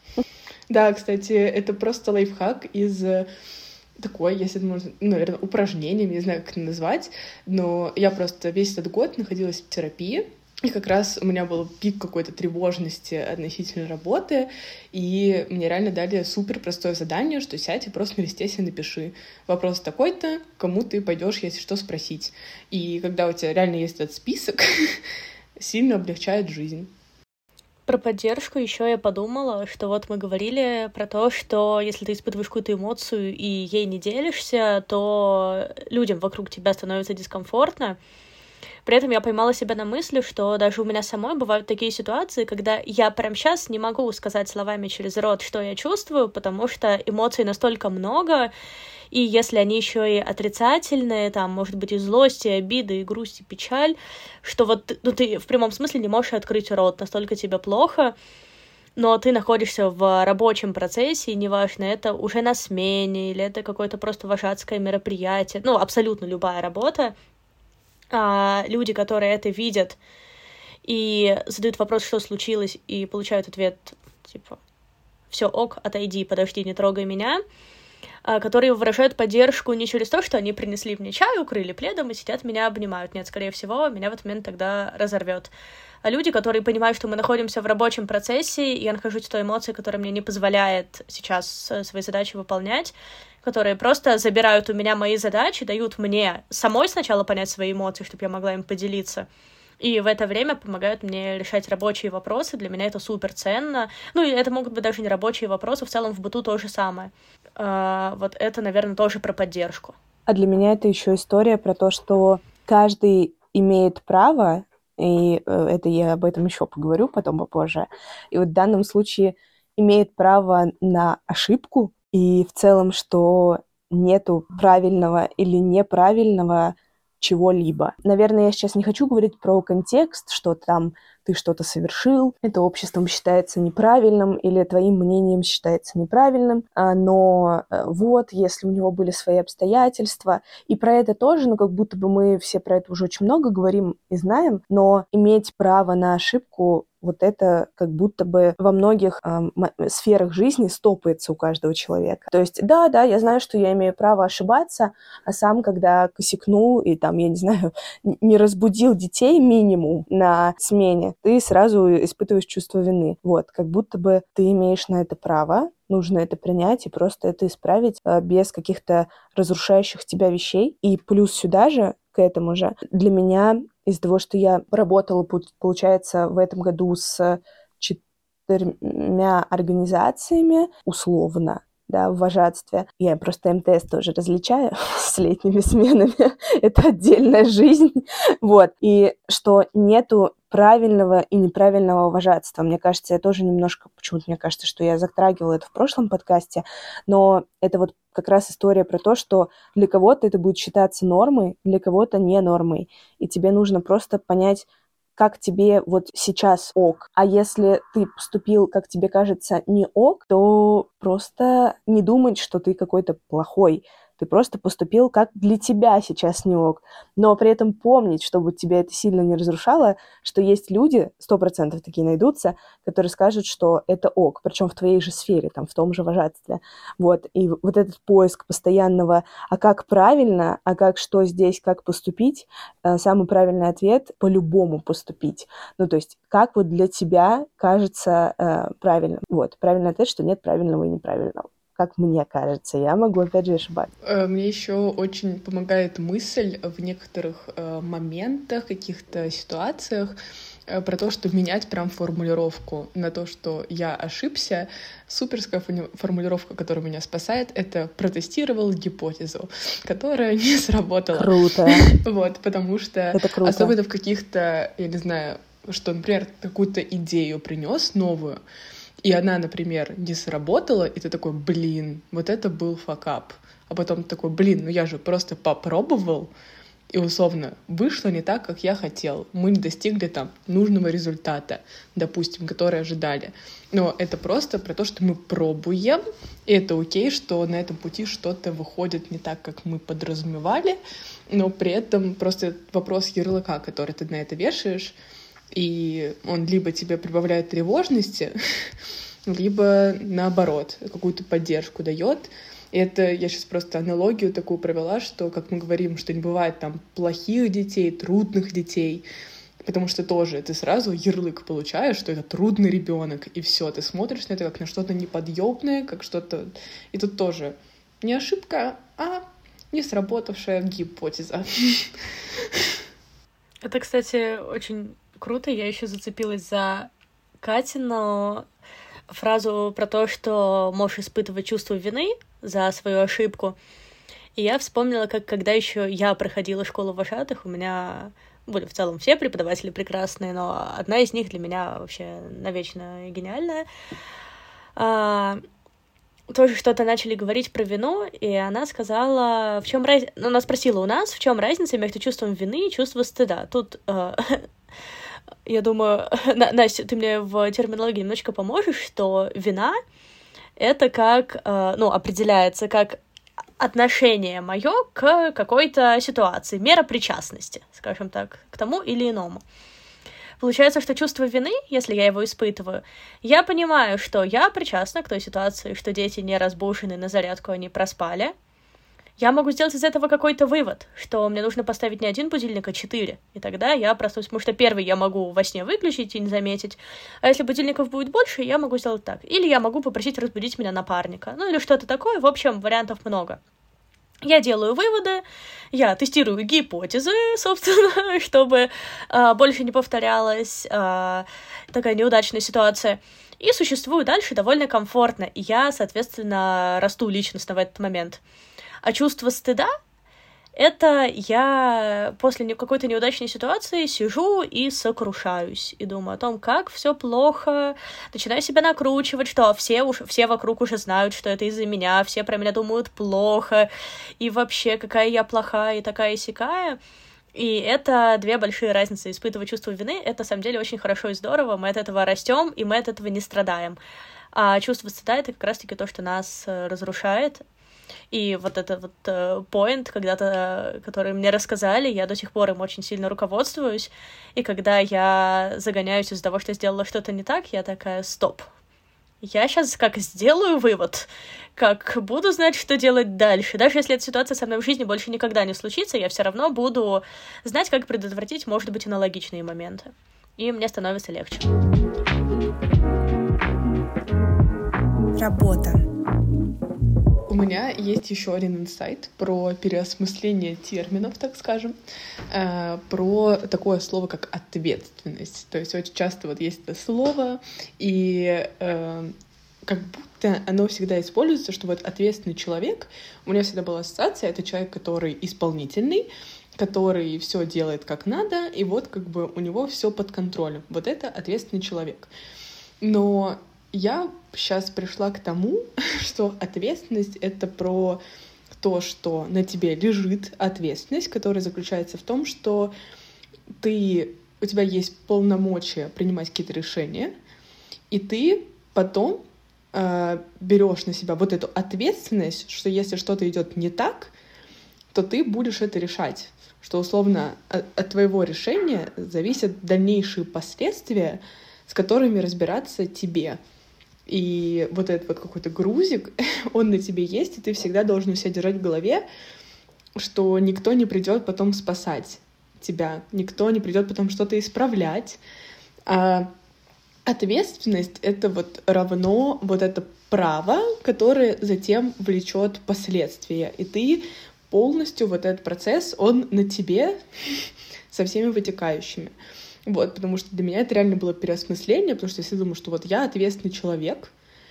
Да, кстати, это просто лайфхак из такой, если это можно, наверное, упражнением, не знаю, как это назвать, но я просто весь этот год находилась в терапии, и как раз у меня был пик какой-то тревожности относительно работы, и мне реально дали супер простое задание, что сядь и просто на листе себе напиши: вопрос такой-то, кому ты пойдешь, если что, спросить. И когда у тебя реально есть этот список, сильно облегчает жизнь. Про поддержку еще я подумала, что вот мы говорили про то, что если ты испытываешь какую-то эмоцию и ей не делишься, то людям вокруг тебя становится дискомфортно. При этом я поймала себя на мысли, что даже у меня самой бывают такие ситуации, когда я прямо сейчас не могу сказать словами через рот, что я чувствую, потому что эмоций настолько много, и если они еще и отрицательные, там, может быть, и злость, и обида, и грусть, и печаль, что вот, ну, ты в прямом смысле не можешь открыть рот, настолько тебе плохо, но ты находишься в рабочем процессе, и неважно, это уже на смене, или это какое-то просто вожатское мероприятие, ну, абсолютно любая работа, а люди, которые это видят и задают вопрос, что случилось, и получают ответ, типа, все ок, отойди, подожди, не трогай меня, которые выражают поддержку не через то, что они принесли мне чай, укрыли пледом и сидят, меня обнимают. Нет, скорее всего, меня в этот момент тогда разорвет. А люди, которые понимают, что мы находимся в рабочем процессе, и я нахожусь в той эмоции, которая мне не позволяет сейчас свои задачи выполнять, которые просто забирают у меня мои задачи, дают мне самой сначала понять свои эмоции, чтобы я могла им поделиться, и в это время помогают мне решать рабочие вопросы. Для меня это супер ценно. Ну, и это могут быть даже не рабочие вопросы, в целом в быту то же самое. А, вот это, наверное, тоже про поддержку. А для меня это еще история про то, что каждый имеет право, и это я об этом еще поговорю потом попозже, и вот в данном случае имеет право на ошибку, и в целом, что нету правильного или неправильного чего-либо. Наверное, я сейчас не хочу говорить про контекст, что там ты что-то совершил, это обществом считается неправильным или твоим мнением считается неправильным, но вот, если у него были свои обстоятельства, и про это тоже, ну, как будто бы мы все про это уже очень много говорим и знаем, но иметь право на ошибку вот это как будто бы во многих э, сферах жизни стопается у каждого человека. То есть, да, да, я знаю, что я имею право ошибаться, а сам, когда косякнул и там, я не знаю, не разбудил детей минимум на смене, ты сразу испытываешь чувство вины. Вот, как будто бы ты имеешь на это право, нужно это принять и просто это исправить э, без каких-то разрушающих тебя вещей. И плюс сюда же, к этому же, для меня из-за того, что я работала, получается, в этом году с четырьмя организациями условно, да, в вожатстве. Я просто эм тэ эс тоже различаю с летними сменами. Это отдельная жизнь. Вот. И что нету правильного и неправильного вожатства. Мне кажется, я тоже немножко, почему-то мне кажется, что я затрагивала это в прошлом подкасте, но это вот как раз история про то, что для кого-то это будет считаться нормой, для кого-то не нормой. И тебе нужно просто понять, как тебе вот сейчас ок. А если ты поступил, как тебе кажется, не ок, то просто не думать, что ты какой-то плохой. Ты просто поступил, как для тебя сейчас не ок. Но при этом помнить, чтобы тебя это сильно не разрушало, что есть люди, сто процентов такие найдутся, которые скажут, что это ок, причем в твоей же сфере, там, в том же вожатстве. Вот. И вот этот поиск постоянного, а как правильно, а как что здесь, как поступить, самый правильный ответ — по-любому поступить. Ну, то есть, как вот для тебя кажется э, правильным. Вот. Правильный ответ, что нет правильного и неправильного. Как мне кажется. Я могу, опять же, ошибаться. Мне еще очень помогает мысль в некоторых э, моментах, каких-то ситуациях э, про то, что менять прям формулировку на то, что я ошибся. Суперская формулировка, которая меня спасает, это протестировал гипотезу, которая не сработала. Круто. Вот, потому что это круто. Особенно в каких-то, я не знаю, что, например, какую-то идею принес новую, и она, например, не сработала, и ты такой, блин, вот это был факап. А потом ты такой, блин, ну я же просто попробовал, и условно вышло не так, как я хотел. Мы не достигли там нужного результата, допустим, который ожидали. Но это просто про то, что мы пробуем, и это окей, что на этом пути что-то выходит не так, как мы подразумевали, но при этом просто вопрос ярлыка, который ты на это вешаешь, и он либо тебе прибавляет тревожности, либо наоборот, какую-то поддержку дает. И это я сейчас просто аналогию такую провела, что, как мы говорим, что не бывает там плохих детей, трудных детей, потому что тоже ты сразу ярлык получаешь, что это трудный ребенок, и все, ты смотришь на это как на что-то неподъемное, как что-то... И тут тоже не ошибка, а не сработавшая гипотеза. Это, кстати, очень круто. Я еще зацепилась за Катину фразу про то, что можешь испытывать чувство вины за свою ошибку. И я вспомнила, как когда еще я проходила школу вожатых, у меня были в целом все преподаватели прекрасные, но одна из них для меня вообще навечно гениальная. А, тоже что-то начали говорить про вину, и она сказала, в чем разница... Ну, она спросила у нас, в чем разница между чувством вины и чувством стыда. Тут... Я думаю, Настя, ты мне в терминологии немножечко поможешь, что вина — это как, ну, определяется как отношение мое к какой-то ситуации, мера причастности, скажем так, к тому или иному. Получается, что чувство вины, если я его испытываю, я понимаю, что я причастна к той ситуации, что дети не разбужены на зарядку, они проспали. Я могу сделать из этого какой-то вывод, что мне нужно поставить не один будильник, а четыре. И тогда я проснусь, потому что первый я могу во сне выключить и не заметить. А если будильников будет больше, я могу сделать так. Или я могу попросить разбудить меня напарника. Ну или что-то такое. В общем, вариантов много. Я делаю выводы, я тестирую гипотезы, собственно, чтобы э, больше не повторялась э, такая неудачная ситуация. И существую дальше довольно комфортно. И я, соответственно, расту личностно в этот момент. А чувство стыда — это я после какой-то неудачной ситуации сижу и сокрушаюсь, и думаю о том, как все плохо, начинаю себя накручивать, что все, уж, все вокруг уже знают, что это из-за меня, все про меня думают плохо, и вообще какая я плохая и такая и сякая. И это две большие разницы. Испытывать чувство вины — это, на самом деле, очень хорошо и здорово, мы от этого растем, и мы от этого не страдаем. А чувство стыда — это как раз-таки то, что нас разрушает. И вот этот вот поинт, когда-то, который мне рассказали, я до сих пор им очень сильно руководствуюсь. И когда я загоняюсь из-за того, что сделала что-то не так, я такая: стоп. Я сейчас как сделаю вывод, как буду знать, что делать дальше. Даже если эта ситуация со мной в жизни больше никогда не случится, я все равно буду знать, как предотвратить, может быть, аналогичные моменты. И мне становится легче. Работа. У меня есть еще один инсайт про переосмысление терминов, так скажем, э, про такое слово, как ответственность. То есть очень часто вот есть это слово, и э, как будто оно всегда используется, что вот ответственный человек, у меня всегда была ассоциация, это человек, который исполнительный, который все делает как надо, и вот как бы у него все под контролем. Вот это ответственный человек. Но я сейчас пришла к тому, что ответственность — это про то, что на тебе лежит ответственность, которая заключается в том, что ты, у тебя есть полномочия принимать какие-то решения, и ты потом э, берешь на себя вот эту ответственность, что если что-то идет не так, то ты будешь это решать. Что, условно, от, от твоего решения зависят дальнейшие последствия, с которыми разбираться тебе. И вот этот вот какой-то грузик, он на тебе есть, и ты всегда должен у себя держать в голове, что никто не придет потом спасать тебя, никто не придет потом что-то исправлять. А ответственность — это вот равно вот это право, которое затем влечет последствия. И ты полностью вот этот процесс, он на тебе со всеми вытекающими. Вот, потому что для меня это реально было переосмысление, потому что я всегда думаю, что вот я ответственный человек,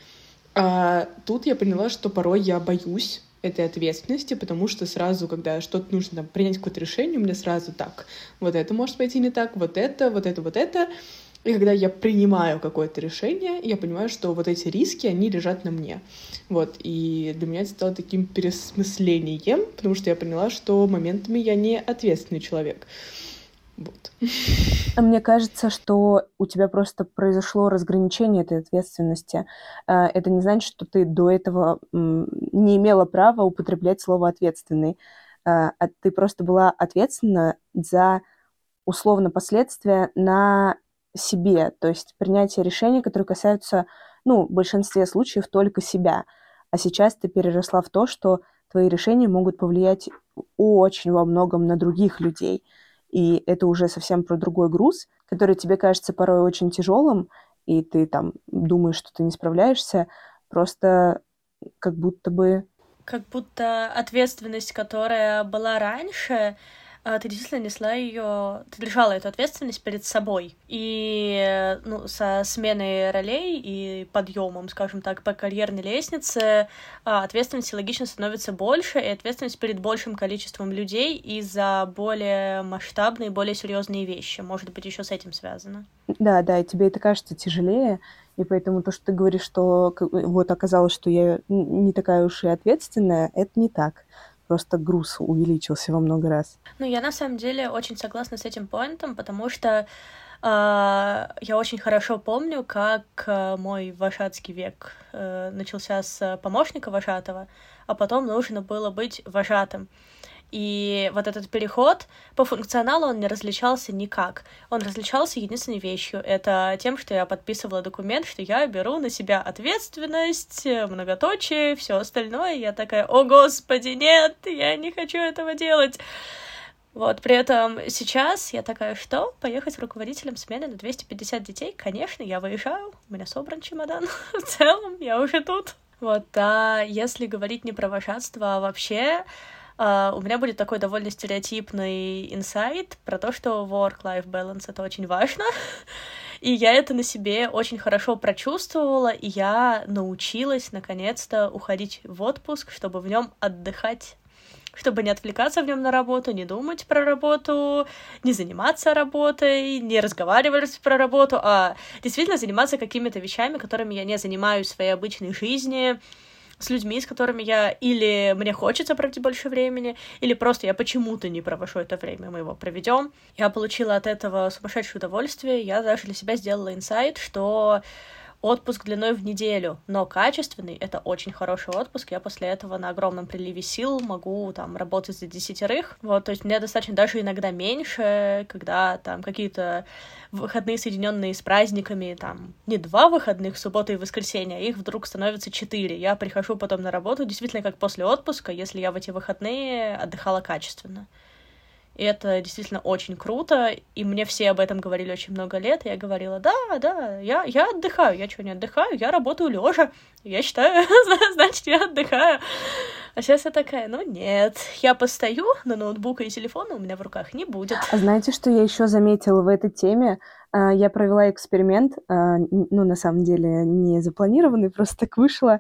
а тут я поняла, что порой я боюсь этой ответственности, потому что сразу, когда что-то нужно там, принять какое-то решение, у меня сразу так, вот это может пойти не так, вот это, вот это, вот это. И когда я принимаю какое-то решение, я понимаю, что вот эти риски, они лежат на мне. Вот, и для меня это стало таким переосмыслением, потому что я поняла, что моментами я не ответственный человек. Вот. Мне кажется, что у тебя просто произошло разграничение этой ответственности. Это не значит, что ты до этого не имела права употреблять слово «ответственный». Ты просто была ответственна за, условно, последствия на себе, то есть принятие решений, которые касаются, ну, в большинстве случаев только себя. А сейчас ты переросла в то, что твои решения могут повлиять очень во многом на других людей. И это уже совсем про другой груз, который тебе кажется порой очень тяжелым, и ты там думаешь, что ты не справляешься, просто как будто бы... Как будто ответственность, которая была раньше, ты действительно несла ее, ты держала эту ответственность перед собой. И ну, со сменой ролей и подъемом, скажем так, по карьерной лестнице ответственности логично становится больше, и ответственность перед большим количеством людей и за более масштабные, более серьезные вещи. Может быть, еще с этим связано. Да, да, и тебе это кажется тяжелее, и поэтому то, что ты говоришь, что вот оказалось, что я не такая уж и ответственная, это не так. Просто груз увеличился во много раз. Ну, я на самом деле очень согласна с этим поинтом, потому что э, я очень хорошо помню, как э, мой вожатский век э, начался с помощника вожатого, а потом нужно было быть вожатым. И вот этот переход по функционалу, он не различался никак. Он различался единственной вещью. Это тем, что я подписывала документ, что я беру на себя ответственность, многоточие, все остальное. Я такая: о, господи, нет, я не хочу этого делать. Вот, при этом сейчас я такая: что? Поехать руководителем смены на двести пятьдесят детей? Конечно, я выезжаю, у меня собран чемодан. В целом, я уже тут. Вот, а если говорить не про вожатство, а вообще... Uh, у меня будет такой довольно стереотипный инсайт про то, что work-life balance — это очень важно, и я это на себе очень хорошо прочувствовала, и я научилась, наконец-то, уходить в отпуск, чтобы в нем отдыхать, чтобы не отвлекаться в нем на работу, не думать про работу, не заниматься работой, не разговаривать про работу, а действительно заниматься какими-то вещами, которыми я не занимаюсь в своей обычной жизни, с людьми, с которыми я или мне хочется проводить больше времени, или просто я почему-то не провожу это время, мы его проведем. Я получила от этого сумасшедшее удовольствие, я даже для себя сделала инсайт, что отпуск длиной в неделю, но качественный — это очень хороший отпуск. Я после этого на огромном приливе сил могу там работать за десятерых. Вот, то есть мне достаточно даже иногда меньше, когда там какие-то выходные, соединенные с праздниками, там не два выходных, суббота и воскресенье, а их вдруг становится четыре. Я прихожу потом на работу действительно как после отпуска, если я в эти выходные отдыхала качественно. И это действительно очень круто, и мне все об этом говорили очень много лет, и я говорила: да, да, я, я отдыхаю, я что, не отдыхаю, я работаю лежа, я считаю, значит, я отдыхаю. А сейчас я такая: ну нет, я постою, но ноутбука и телефона у меня в руках не будет. А знаете, что я еще заметила в этой теме? Я провела эксперимент, ну, на самом деле, не запланированный, просто так вышло.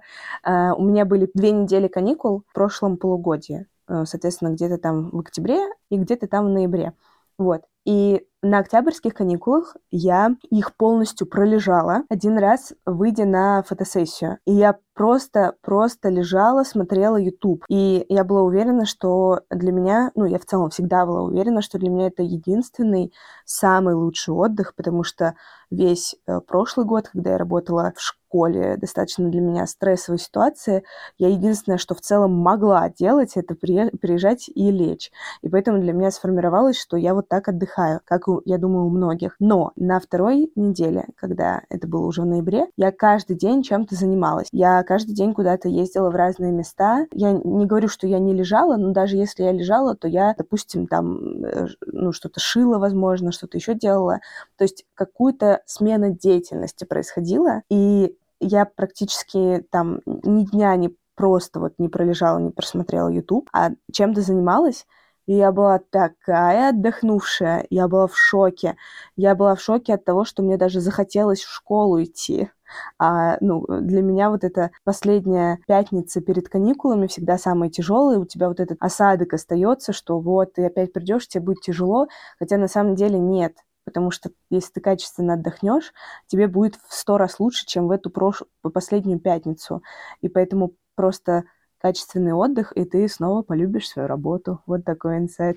У меня были две недели каникул в прошлом полугодии. Соответственно, где-то там в октябре и где-то там в ноябре. Вот. И на октябрьских каникулах я их полностью пролежала один раз, выйдя на фотосессию. И я просто, просто лежала, смотрела YouTube. И я была уверена, что для меня, ну, я в целом всегда была уверена, что для меня это единственный, самый лучший отдых, потому что весь э, прошлый год, когда я работала в школе, достаточно для меня стрессовой ситуации, я единственное, что в целом могла делать, это при- приезжать и лечь. И поэтому для меня сформировалось, что я вот так отдыхаю, как, у, я думаю, у многих. Но на второй неделе, когда это было уже в ноябре, я каждый день чем-то занималась. Я каждый день куда-то ездила в разные места. Я не говорю, что я не лежала, но даже если я лежала, то я, допустим, там, ну, что-то шила, возможно, что-то еще делала. То есть какую-то смена деятельности происходила, и я практически там ни дня не просто вот не пролежала, не просмотрела YouTube, а чем-то занималась. И я была такая отдохнувшая, я была в шоке. Я была в шоке от того, что мне даже захотелось в школу идти. А, ну, для меня вот эта последняя пятница перед каникулами всегда самая тяжелая. У тебя вот этот осадок остается, что вот ты опять придешь, тебе будет тяжело, хотя на самом деле нет. Потому что если ты качественно отдохнешь, тебе будет в сто раз лучше, чем в эту прош... последнюю пятницу. И поэтому просто качественный отдых, и ты снова полюбишь свою работу. Вот такой инсайт.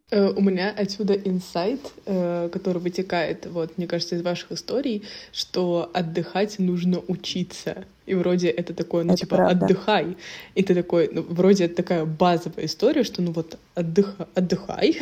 У меня отсюда инсайт, который вытекает, вот, мне кажется, из ваших историй, что отдыхать нужно учиться. И вроде это такое, ну, это типа, правда. Отдыхай. И ты такой, ну, вроде это такая базовая история, что, ну, вот, отдых... отдыхай.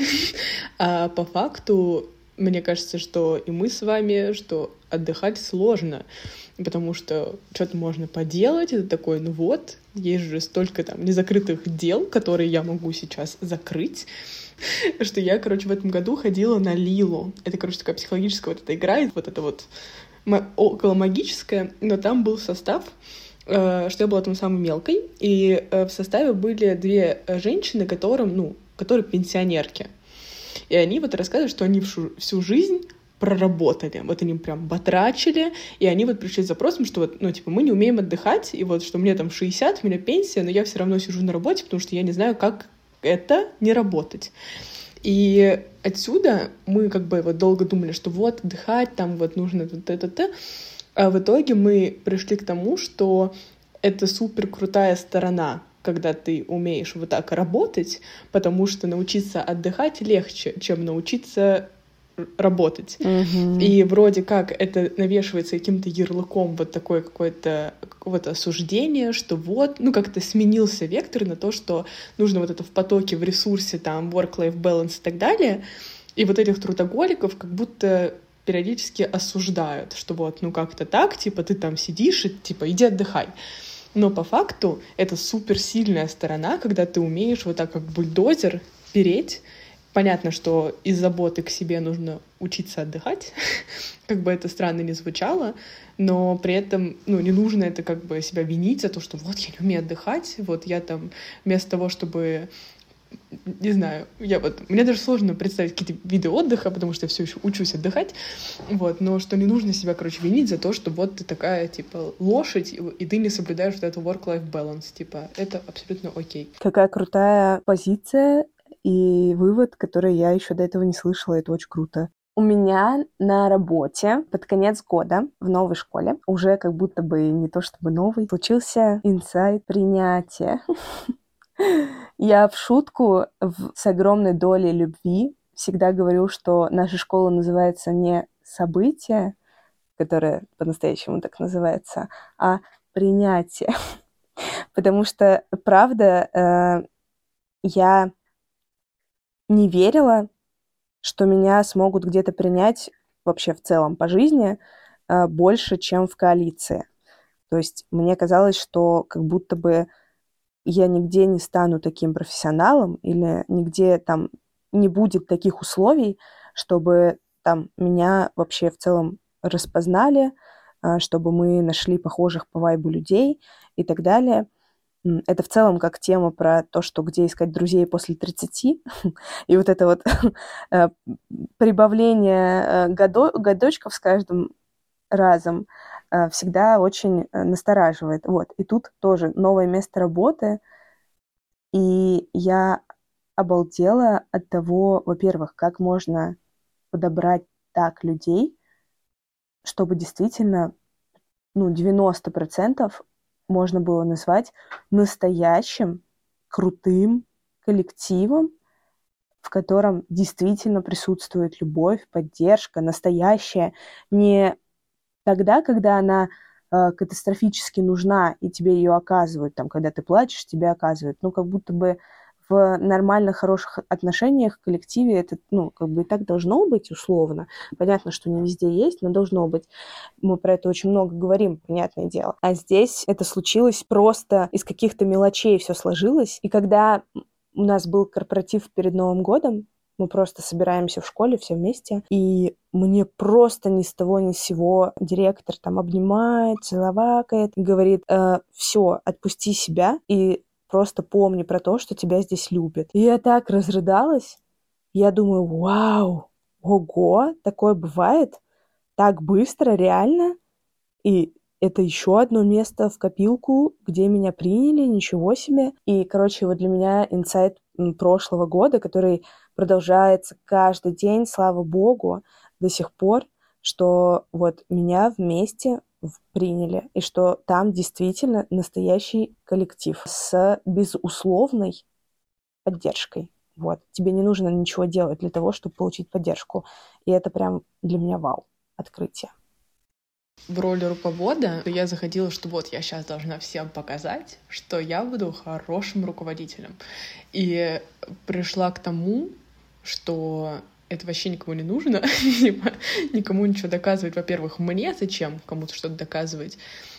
А по факту, мне кажется, что и мы с вами, что отдыхать сложно, потому что что-то можно поделать, это такой, ну вот, есть же столько там незакрытых дел, которые я могу сейчас закрыть, что я, короче, в этом году ходила на Лилу. Это, короче, такая психологическая вот эта игра, вот это вот около магическая, но там был состав, что я была там самой мелкой, и в составе были две женщины, которым, ну, которые пенсионерки. И они вот рассказывают, что они всю жизнь проработали, вот они прям батрачили, и они вот пришли с запросом, что вот, ну, типа, мы не умеем отдыхать, и вот, что мне там шестьдесят, у меня пенсия, но я все равно сижу на работе, потому что я не знаю, как это не работать. И отсюда мы как бы вот долго думали, что вот, отдыхать, там вот нужно вот это-то, а в итоге мы пришли к тому, что это супер крутая сторона, когда ты умеешь вот так работать, потому что научиться отдыхать легче, чем научиться работать. Mm-hmm. И вроде как это навешивается каким-то ярлыком вот такое какое-то какое-то осуждение, что вот, ну как-то сменился вектор на то, что нужно вот это в потоке, в ресурсе, там, work-life balance и так далее. И вот этих трудоголиков как будто периодически осуждают, что вот, ну как-то так, типа ты там сидишь и типа иди отдыхай. Но по факту это суперсильная сторона, когда ты умеешь вот так как бульдозер переть. Понятно, что из заботы к себе нужно учиться отдыхать, как бы это странно ни звучало, но при этом, ну, не нужно это как бы себя винить за то, что вот я не умею отдыхать, вот я там вместо того, чтобы, не знаю, я вот, мне даже сложно представить какие-то виды отдыха, потому что я все еще учусь отдыхать, вот, но что не нужно себя, короче, винить за то, что вот ты такая, типа, лошадь, и ты не соблюдаешь вот эту work-life balance, типа, это абсолютно окей. Какая крутая позиция и вывод, который я еще до этого не слышала, это очень круто. У меня на работе под конец года в новой школе, уже как будто бы не то чтобы новый, случился инсайт принятия. Я в шутку в, с огромной долей любви всегда говорю, что наша школа называется не событие, которое по-настоящему так называется, а принятие. Потому что, правда, э, я не верила, что меня смогут где-то принять вообще в целом по жизни э, больше, чем в коалиции. То есть мне казалось, что как будто бы я нигде не стану таким профессионалом или нигде там не будет таких условий, чтобы там меня вообще в целом распознали, э, чтобы мы нашли похожих по вайбу людей и так далее. М, Это в целом как тема про то, что где искать друзей после тридцати. И вот это вот э, прибавление э, годо- годочков с каждым разом э, всегда очень э, настораживает. Вот. И тут тоже новое место работы, и я обалдела от того, во-первых, как можно подобрать так людей, чтобы действительно, ну, девяносто процентов можно было назвать настоящим, крутым коллективом, в котором действительно присутствует любовь, поддержка, настоящая, не тогда, когда она э, катастрофически нужна, и тебе ее оказывают, там, когда ты плачешь, тебе оказывают. Ну, как будто бы в нормальных, хороших отношениях в коллективе это, ну, как бы и так должно быть, условно. Понятно, что не везде есть, но должно быть. Мы про это очень много говорим, понятное дело. А здесь это случилось просто из каких-то мелочей все сложилось. И когда у нас был корпоратив перед Новым годом, мы просто собираемся в школе все вместе, и мне просто ни с того ни с сего директор там обнимает, целовакает, говорит: э, все, отпусти себя и просто помни про то, что тебя здесь любят. И я так разрыдалась. Я думаю: вау, ого, такое бывает? Так быстро, реально? И это еще одно место в копилку, где меня приняли, ничего себе. И, короче, вот для меня инсайт прошлого года, который продолжается каждый день, слава богу, до сих пор, что вот меня вместе приняли, и что там действительно настоящий коллектив с безусловной поддержкой. Вот. Тебе не нужно ничего делать для того, чтобы получить поддержку. И это прям для меня вау, открытие. В роли руковода я заходила, что вот я сейчас должна всем показать, что я буду хорошим руководителем. И пришла к тому, что это вообще никому не нужно, никому ничего доказывать. Во-первых, мне зачем кому-то что-то доказывать?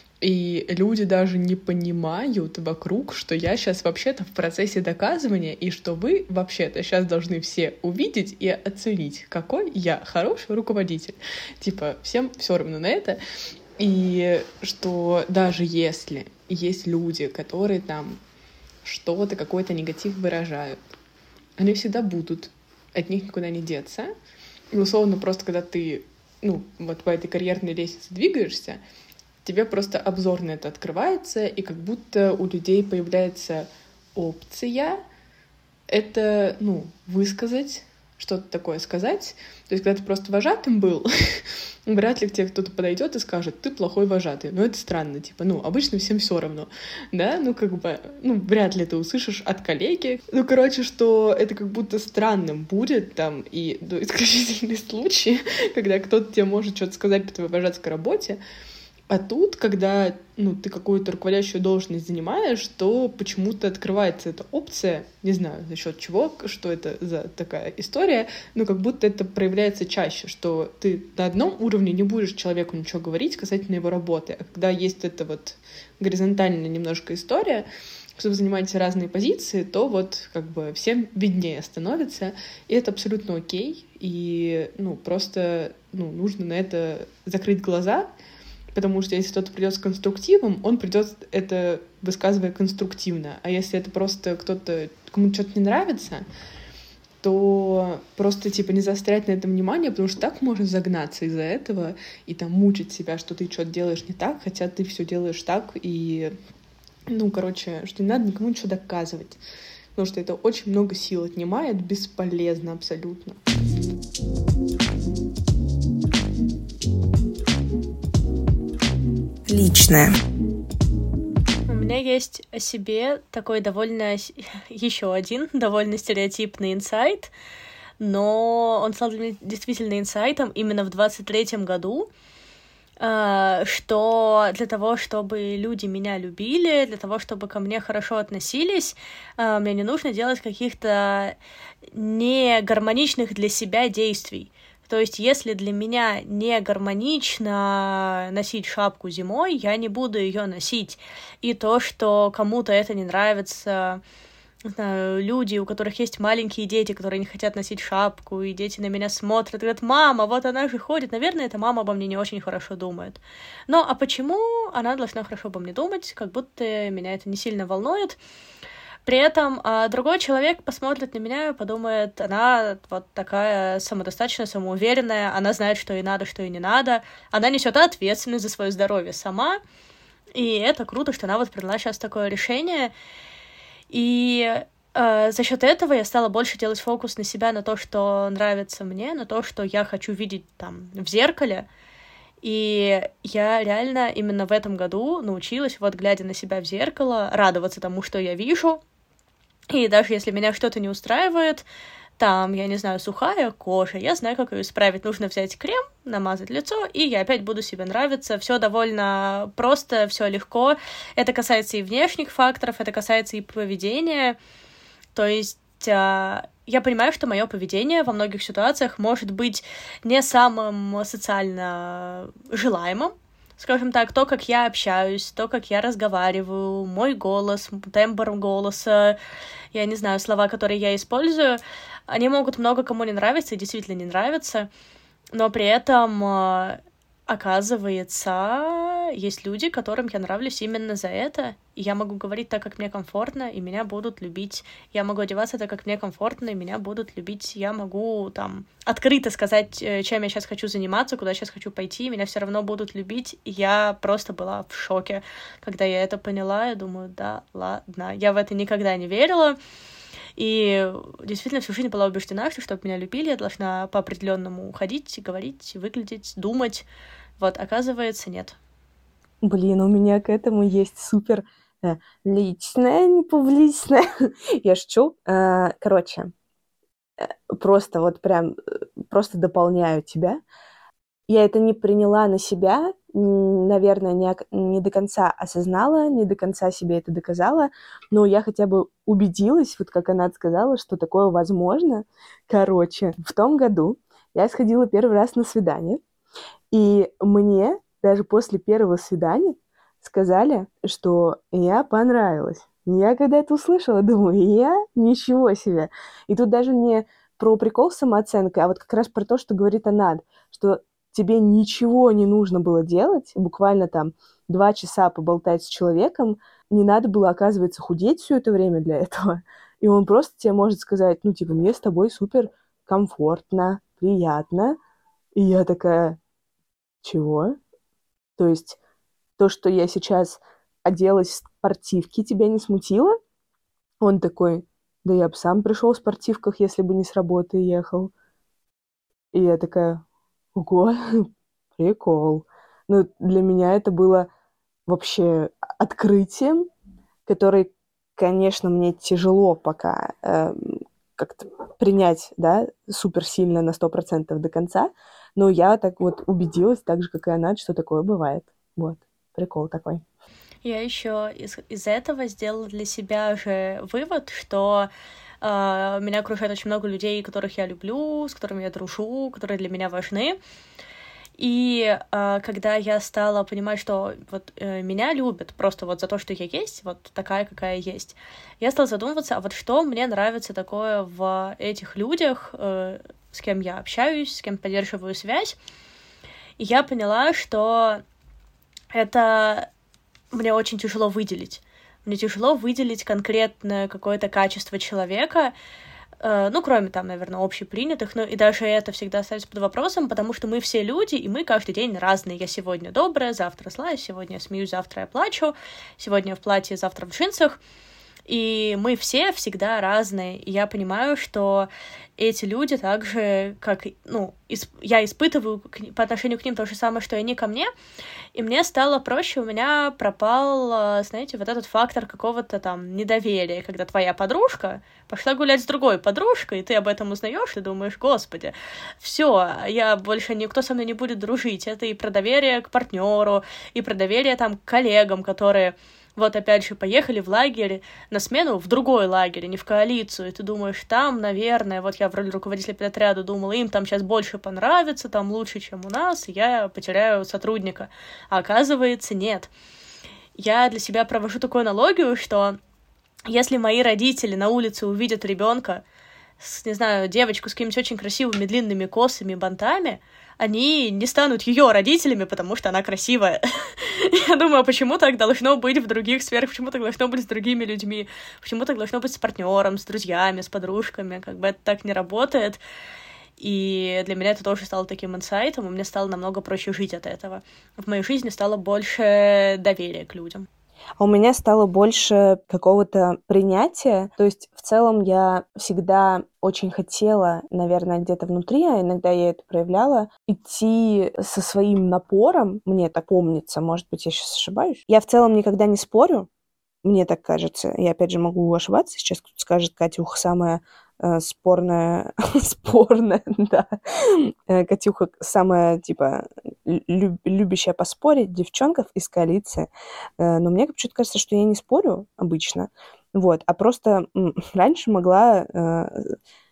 И люди даже не понимают вокруг, что я сейчас вообще-то в процессе доказывания, и что вы вообще-то сейчас должны все увидеть и оценить, какой я хороший руководитель. Типа, всем все равно на это. И что даже если есть люди, которые там что-то, какой-то негатив выражают, они всегда будут, от них никуда не деться. И условно просто, когда ты, ну, вот по этой карьерной лестнице двигаешься, тебе просто обзор на это открывается, и как будто у людей появляется опция это, ну, высказать, что-то такое сказать. То есть, когда ты просто вожатым был, вряд ли к тебе кто-то подойдет и скажет: ты плохой вожатый. Ну, это странно, типа, ну, обычно всем все равно, да, ну, как бы, ну, вряд ли ты услышишь от коллеги. Ну, короче, что это как будто странным будет, там, и ну, исключительные случаи, когда кто-то тебе может что-то сказать по твоей вожатской работе. А тут, когда ну, ты какую-то руководящую должность занимаешь, то почему-то открывается эта опция, не знаю, за счет чего, что это за такая история, но как будто это проявляется чаще, что ты на одном уровне не будешь человеку ничего говорить касательно его работы, а когда есть эта вот горизонтальная немножко история, что вы занимаете разные позиции, то вот как бы всем виднее становится, и это абсолютно окей, и ну, просто ну, нужно на это закрыть глаза. Потому что если кто-то придет с конструктивом, он придет это высказывая конструктивно. А если это просто кто-то, кому-то что-то не нравится, то просто типа не заострять на этом внимание, потому что так можно загнаться из-за этого и там мучить себя, что ты что-то делаешь не так, хотя ты все делаешь так. И, ну, короче, что не надо никому ничего доказывать. Потому что это очень много сил отнимает, бесполезно абсолютно. Личное. У меня есть о себе такой довольно... еще один довольно стереотипный инсайт, но он стал для меня действительно инсайтом именно в двадцать третьем году. что для того, чтобы люди меня любили, для того, чтобы ко мне хорошо относились, мне не нужно делать каких-то негармоничных для себя действий. То есть, если для меня не гармонично носить шапку зимой, я не буду ее носить. И то, что кому-то это не нравится, не знаю, люди, у которых есть маленькие дети, которые не хотят носить шапку, и дети на меня смотрят и говорят: «Мама, вот она же ходит». Наверное, эта мама обо мне не очень хорошо думает. Но а почему она должна хорошо обо мне думать? Как будто меня это не сильно волнует. При этом а, другой человек посмотрит на меня и подумает: она вот такая самодостаточная, самоуверенная, она знает, что ей надо, что ей не надо, она несет ответственность за свое здоровье сама, и это круто, что она вот приняла сейчас такое решение. И э, за счет этого я стала больше делать фокус на себя, на то, что нравится мне, на то, что я хочу видеть там в зеркале. И я реально именно в этом году научилась, вот глядя на себя в зеркало, радоваться тому, что я вижу. И даже если меня что-то не устраивает, там, я не знаю, сухая кожа, я знаю, как ее исправить. Нужно взять крем, намазать лицо, и я опять буду себе нравиться. Все довольно просто, все легко. Это касается и внешних факторов, это касается и поведения. То есть я понимаю, что мое поведение во многих ситуациях может быть не самым социально желаемым. Скажем так, то, как я общаюсь, то, как я разговариваю, мой голос, тембр голоса, я не знаю, слова, которые я использую, они могут много кому не нравиться и действительно не нравятся, но при этом, оказывается, есть люди, которым я нравлюсь именно за это, и я могу говорить так, как мне комфортно, и меня будут любить. Я могу одеваться так, как мне комфортно, и меня будут любить. Я могу там открыто сказать, чем я сейчас хочу заниматься, куда сейчас хочу пойти, и меня все равно будут любить. И я просто была в шоке, когда я это поняла. Я думаю, да, ладно. Я в это никогда не верила. И действительно всю жизнь была убеждена, что чтобы меня любили, я должна по определенному ходить, говорить, выглядеть, думать. Вот, оказывается, нет. Блин, у меня к этому есть супер э, личное, не публичное. Я шучу. Э, короче, э, просто вот прям, э, просто дополняю тебя. Я это не приняла на себя, наверное, не, не до конца осознала, не до конца себе это доказала, но я хотя бы убедилась, вот как она сказала, что такое возможно. Короче, в том году я сходила первый раз на свидание, и мне даже после первого свидания сказали, что я понравилась. Я когда это услышала, думаю, я ничего себе. И тут даже не про прикол с самооценкой, а вот как раз про то, что говорит Анад, что тебе ничего не нужно было делать, буквально там два часа поболтать с человеком, не надо было, оказывается, худеть все это время для этого. И он просто тебе может сказать, ну, типа, мне с тобой супер комфортно, приятно. И я такая, чего? То есть то, что я сейчас оделась в спортивки, тебя не смутило? Он такой, да я бы сам пришел в спортивках, если бы не с работы ехал. И я такая, ого, прикол. Ну, для меня это было вообще открытием, которое, конечно, мне тяжело пока э, как-то принять, да, супер сильно на сто процентов до конца, но я так вот убедилась, так же, как и она, что такое бывает. Вот, прикол такой. Я еще из, из этого сделала для себя же вывод, что э, меня окружает очень много людей, которых я люблю, с которыми я дружу, которые для меня важны. И э, когда я стала понимать, что вот э, меня любят просто вот за то, что я есть, вот такая, какая я есть, я стала задумываться, а вот что мне нравится такое в этих людях, э, с кем я общаюсь, с кем поддерживаю связь. И я поняла, что это мне очень тяжело выделить. Мне тяжело выделить конкретное какое-то качество человека, ну, кроме там, наверное, общепринятых, но и даже это всегда остается под вопросом, потому что мы все люди, и мы каждый день разные. Я сегодня добрая, завтра злая, сегодня я смеюсь, завтра я плачу, сегодня я в платье, завтра в джинсах. И мы все всегда разные. И я понимаю, что эти люди так же, как, ну, исп... я испытываю к... по отношению к ним то же самое, что и они ко мне, и мне стало проще, у меня пропал, знаете, вот этот фактор какого-то там недоверия, когда твоя подружка пошла гулять с другой подружкой, и ты об этом узнаешь и думаешь, господи, все, я больше никто со мной не будет дружить. Это и про доверие к партнеру, и про доверие там к коллегам, которые вот опять же поехали в лагерь на смену, в другой лагерь, не в коалицию, и ты думаешь, там, наверное, вот я в роли руководителя педотряда думала, им там сейчас больше понравится, там лучше, чем у нас, и я потеряю сотрудника. А оказывается, нет. Я для себя провожу такую аналогию, что если мои родители на улице увидят ребенка, с, не знаю, девочку с какими-нибудь очень красивыми длинными косами, бантами, они не станут ее родителями, потому что она красивая. Я думаю, почему так должно быть в других сферах, почему так должно быть с другими людьми, почему так должно быть с партнером, с друзьями, с подружками, как бы это так не работает. И для меня это тоже стало таким инсайтом, и мне стало намного проще жить от этого. В моей жизни стало больше доверия к людям. А у меня стало больше какого-то принятия. То есть в целом я всегда очень хотела, наверное, где-то внутри, а иногда я это проявляла, идти со своим напором. Мне так помнится, может быть, я сейчас ошибаюсь. Я в целом никогда не спорю, мне так кажется. Я, опять же, могу ошибаться. Сейчас кто-то скажет, Катюха самая э, спорная... спорная, да. Э, Катюха самая, типа, люб- любящая поспорить девчонка из коалиции. Э, но мне почему-то кажется, что я не спорю обычно. Вот. А просто м, раньше могла э,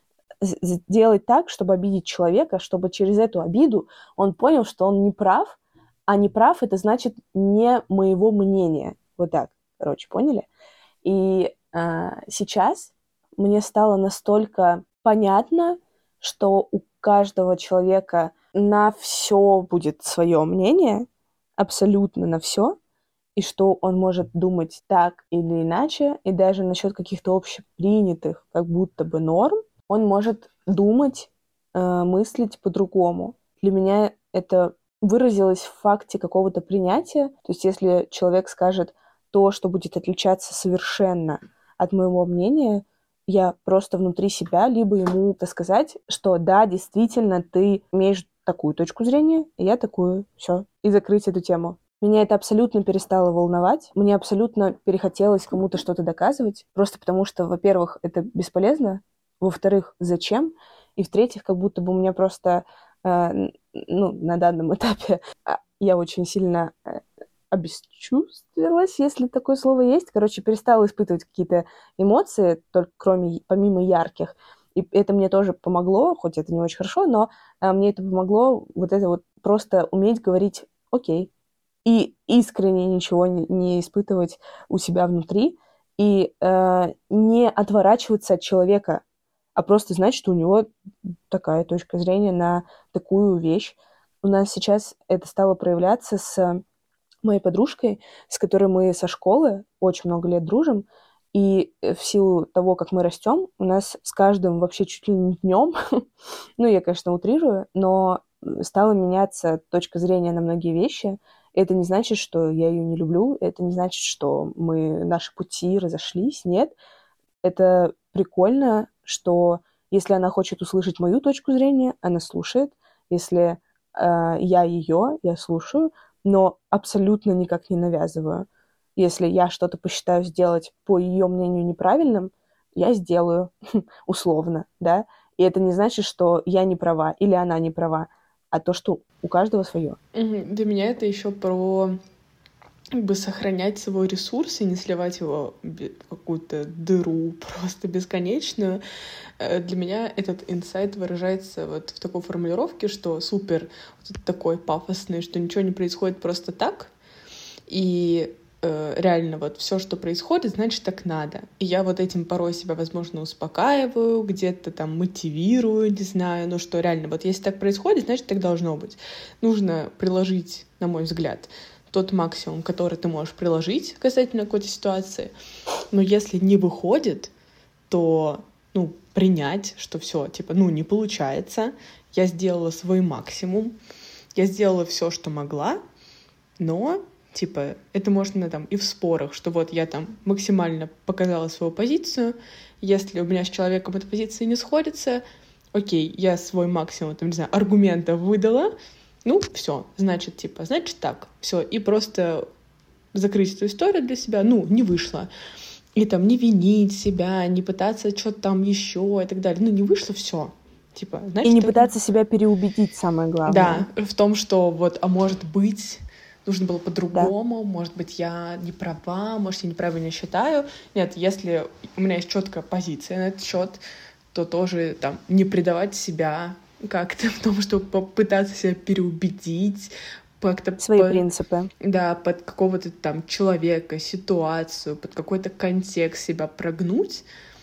сделать так, чтобы обидеть человека, чтобы через эту обиду он понял, что он не прав, а не прав — это значит не моего мнения. Вот так. Короче, поняли? И э, сейчас мне стало настолько понятно, что у каждого человека на все будет свое мнение, абсолютно на все, и что он может думать так или иначе, и даже насчет каких-то общепринятых, как будто бы норм, он может думать, э, мыслить по-другому. Для меня это выразилось в факте какого-то принятия. То есть если человек скажет то, что будет отличаться совершенно от моего мнения, я просто внутри себя либо ему сказать, что да, действительно, ты имеешь такую точку зрения, и я такую, все, и закрыть эту тему. Меня это абсолютно перестало волновать, мне абсолютно перехотелось кому-то что-то доказывать, просто потому что, во-первых, это бесполезно, во-вторых, зачем, и в-третьих, как будто бы у меня просто, э, ну, на данном этапе я очень сильно обесчувствовалась, если такое слово есть. Короче, перестала испытывать какие-то эмоции, только кроме, помимо ярких. И это мне тоже помогло, хоть это не очень хорошо, но а, мне это помогло вот это вот просто уметь говорить «окей». И искренне ничего не, не испытывать у себя внутри. И э, не отворачиваться от человека, а просто знать, что у него такая точка зрения на такую вещь. У нас сейчас это стало проявляться с моей подружкой, с которой мы со школы очень много лет дружим, и в силу того, как мы растем, у нас с каждым вообще чуть ли не днем, ну, я, конечно, утрирую, но стала меняться точка зрения на многие вещи. Это не значит, что я ее не люблю, это не значит, что мы, наши пути разошлись, нет. Это прикольно, что если она хочет услышать мою точку зрения, она слушает, если э, я ее, я слушаю, но абсолютно никак не навязываю. Если я что-то посчитаю сделать по ее мнению неправильным, я сделаю, условно, да. И это не значит, что я не права или она не права, а то, что у каждого свое. Для меня это еще про как бы сохранять свой ресурс и не сливать его в какую-то дыру просто бесконечную. Для меня этот инсайт выражается вот в такой формулировке, что супер вот такой пафосный, что ничего не происходит просто так, и э, реально вот все, что происходит, значит, так надо. И я вот этим порой себя, возможно, успокаиваю, где-то там мотивирую, не знаю, но что реально вот если так происходит, значит, так должно быть. Нужно приложить, на мой взгляд, тот максимум, который ты можешь приложить касательно какой-то ситуации. Но если не выходит, то, ну, принять, что все, типа, ну, не получается. Я сделала свой максимум. Я сделала все, что могла, но Типа, это можно там и в спорах, что вот я там максимально показала свою позицию, если у меня с человеком эта позиция не сходится, окей, я свой максимум, там, не знаю, аргументов выдала, ну, все, значит, типа, значит так, все, и просто закрыть эту историю для себя, ну, не вышло. И там не винить себя, не пытаться что-то там еще и так далее. Ну, не вышло, все. Типа, значит, и не это... пытаться себя переубедить, самое главное. Да, в том, что вот, а может быть, нужно было по-другому, да. Может быть, я не права, может, я неправильно считаю. Нет, если у меня есть четкая позиция на этот счет, то тоже там не предавать себя как-то в том, чтобы попытаться себя переубедить, как-то свои по, принципы. Да, под какого-то там человека, ситуацию, под какой-то контекст себя прогнуть,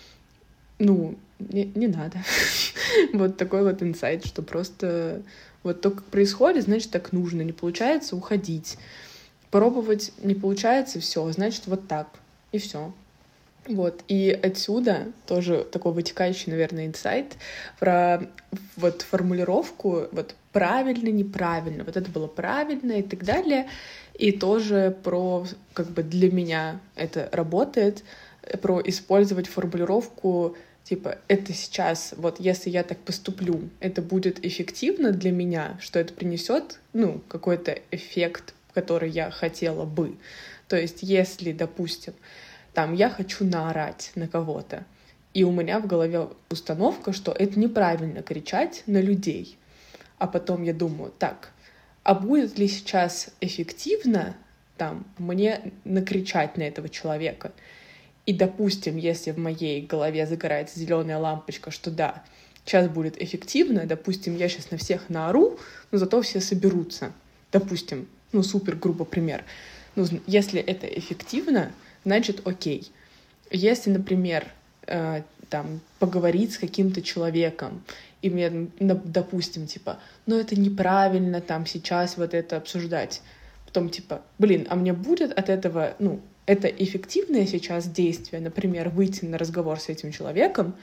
ну, не, не надо. Вот такой вот инсайт, что просто вот то, как происходит, значит, так нужно. Не получается — уходить. Пробовать не получается — все, значит, вот так. И все. Вот, и отсюда тоже такой вытекающий, наверное, инсайт про вот формулировку, вот правильно, неправильно, вот это было правильно и так далее, и тоже про, как бы для меня это работает, про использовать формулировку, типа, это сейчас, вот если я так поступлю, это будет эффективно для меня, что это принесет, ну, какой-то эффект, который я хотела бы. То есть, если, допустим, там, я хочу наорать на кого-то, и у меня в голове установка, что это неправильно кричать на людей. А потом я думаю, так, а будет ли сейчас эффективно там мне накричать на этого человека? И, допустим, если в моей голове загорается зеленая лампочка, что да, сейчас будет эффективно, допустим, я сейчас на всех наору, но зато все соберутся. Допустим, ну, супер грубо пример. Ну, если это эффективно, значит, окей. Если, например, э, там, поговорить с каким-то человеком, и мне, допустим, типа, ну, это неправильно там сейчас вот это обсуждать. Потом, типа, блин, а мне будет от этого, ну, это эффективное сейчас действие, например, выйти на разговор с этим человеком,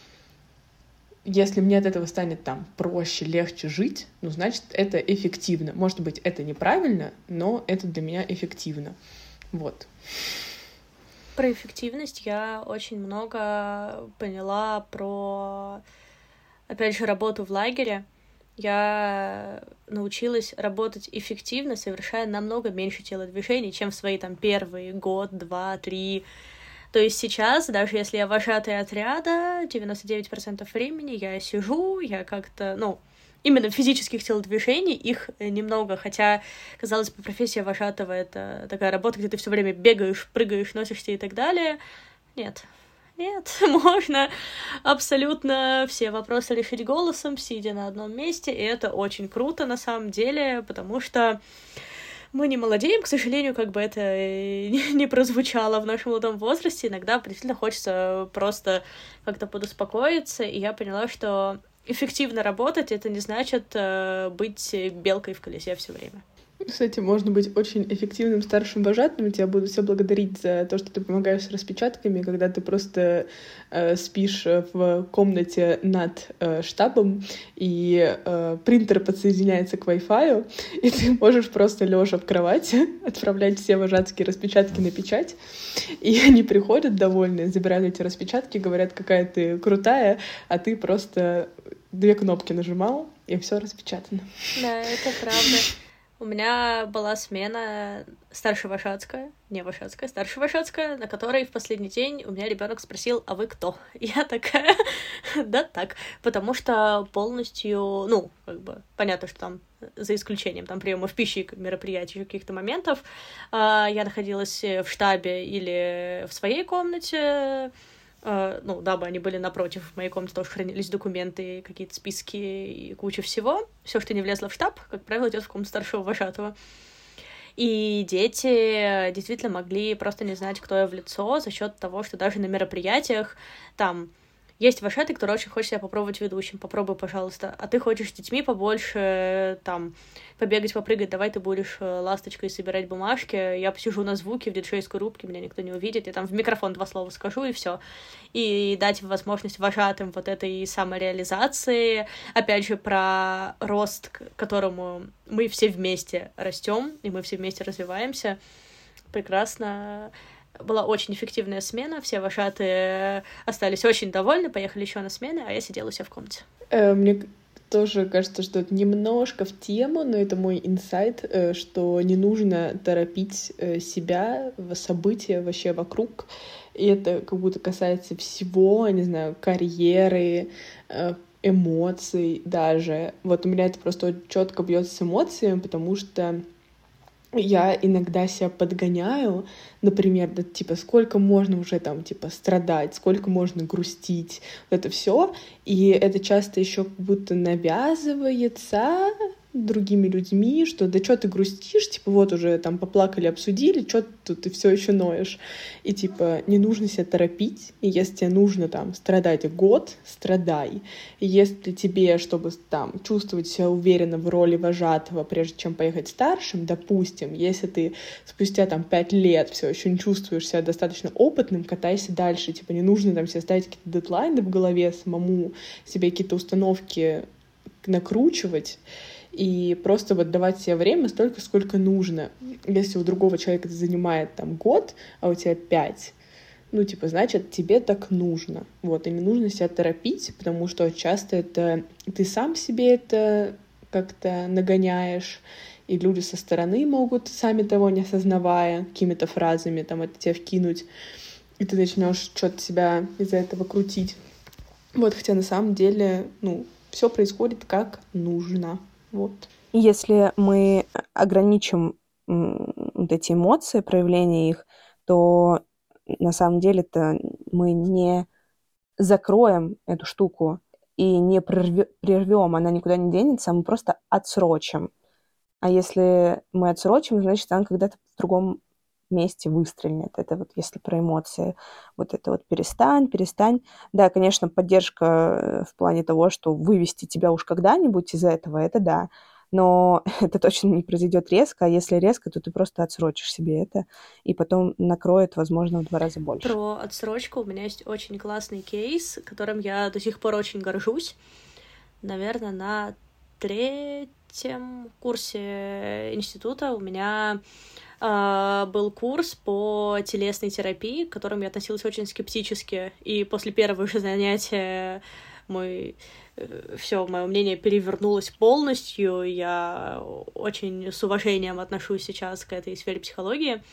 если мне от этого станет там проще, легче жить, ну, значит, это эффективно. Может быть, это неправильно, но это для меня эффективно. Вот. Про эффективность я очень много поняла про, опять же, работу в лагере. Я научилась работать эффективно, совершая намного меньше телодвижений, чем в свои там первые год, два, три. То есть сейчас, даже если я вожатая отряда, девяносто девять процентов времени я сижу, я как-то, ну, именно физических телодвижений их немного, хотя, казалось бы, профессия вожатого — это такая работа, где ты все время бегаешь, прыгаешь, носишься и так далее. Нет. Нет, можно абсолютно все вопросы решить голосом, сидя на одном месте, и это очень круто на самом деле, потому что мы не молодеем, к сожалению, как бы это не прозвучало в нашем молодом возрасте, иногда действительно хочется просто как-то подуспокоиться, и я поняла, что эффективно работать — это не значит э, быть белкой в колесе все время. Кстати, можно быть очень эффективным старшим вожатым, и тебя будут все благодарить за то, что ты помогаешь с распечатками, когда ты просто э, спишь в комнате над э, штабом, и э, принтер подсоединяется к Wi-Fi, и ты можешь просто лежа в кровати отправлять все вожатские распечатки на печать, и они приходят довольные, забирают эти распечатки, говорят, какая ты крутая, а ты просто две кнопки нажимал, и все распечатано. Да, это правда. У меня была смена старшевожатская, не вожатская, старшевожатская, на которой в последний день у меня ребенок спросил: а вы кто? Я такая: да так, потому что полностью, ну, как бы, понятно, что там, за исключением там приемов пищи, мероприятий, каких-то моментов, я находилась в штабе или в своей комнате, ну, дабы они были напротив, в моей комнате тоже хранились документы, какие-то списки и куча всего. Все, что не влезло в штаб, как правило, идет в комнату старшего вожатого. И дети действительно могли просто не знать, кто я в лицо, за счет того, что даже на мероприятиях там есть вожатый, который очень хочет себя попробовать ведущим. Попробуй, пожалуйста. А ты хочешь с детьми побольше, там, побегать, попрыгать. Давай ты будешь ласточкой собирать бумажки. Я посижу на звуке в диджейской рубке, меня никто не увидит. Я там в микрофон два слова скажу, и все. И дать возможность вожатым вот этой самореализации. Опять же, про рост, к которому мы все вместе растем, и мы все вместе развиваемся. Прекрасно. Была очень эффективная смена, все вожатые остались очень довольны, поехали еще на смены, а я сидела у себя в комнате. Э, мне тоже кажется, что это немножко в тему, но это мой инсайт, э, что не нужно торопить э, себя в события вообще вокруг, и это как будто касается всего, не знаю, карьеры, э, эмоций даже. Вот у меня это просто четко бьется с эмоциями, потому что я иногда себя подгоняю, например, да, типа, сколько можно уже там, типа, страдать, сколько можно грустить, вот это все, и это часто еще как будто навязывается другими людьми, что да что ты грустишь, типа, вот уже там поплакали, обсудили, что тут ты все еще ноешь, и типа не нужно себя торопить, и если тебе нужно там страдать год, страдай, и если тебе, чтобы там чувствовать себя уверенно в роли вожатого, прежде чем поехать старшим, допустим, если ты спустя там пять лет все еще не чувствуешь себя достаточно опытным, катайся дальше, типа не нужно там себе ставить какие-то дедлайны в голове, самому себе какие-то установки накручивать, и просто вот давать себе время столько, сколько нужно. Если у другого человека это занимает там год, а у тебя пять, ну, типа, значит, тебе так нужно. Вот, и не нужно себя торопить, потому что часто это ты сам себе это как-то нагоняешь, и люди со стороны могут, сами того не осознавая, какими-то фразами там это тебе вкинуть, и ты начнешь что-то себя из-за этого крутить. Вот, хотя на самом деле, ну, все происходит как нужно. Вот. Если мы ограничим вот эти эмоции, проявление их, то на самом деле-то мы не закроем эту штуку и не прервем, она никуда не денется, мы просто отсрочим. А если мы отсрочим, значит, она когда-то в другом месте выстрелит. Это вот если про эмоции. Вот это вот перестань, перестань. Да, конечно, поддержка в плане того, что вывести тебя уж когда-нибудь из этого, это да. Но это точно не произойдет резко, а если резко, то ты просто отсрочишь себе это, и потом накроет, возможно, в два раза больше. Про отсрочку у меня есть очень классный кейс, которым я до сих пор очень горжусь. Наверное, на третьем курсе института у меня Uh, был курс по телесной терапии, к которому я относилась очень скептически, и после первого же занятия мой... все мое мнение перевернулось полностью, я очень с уважением отношусь сейчас к этой сфере психологии.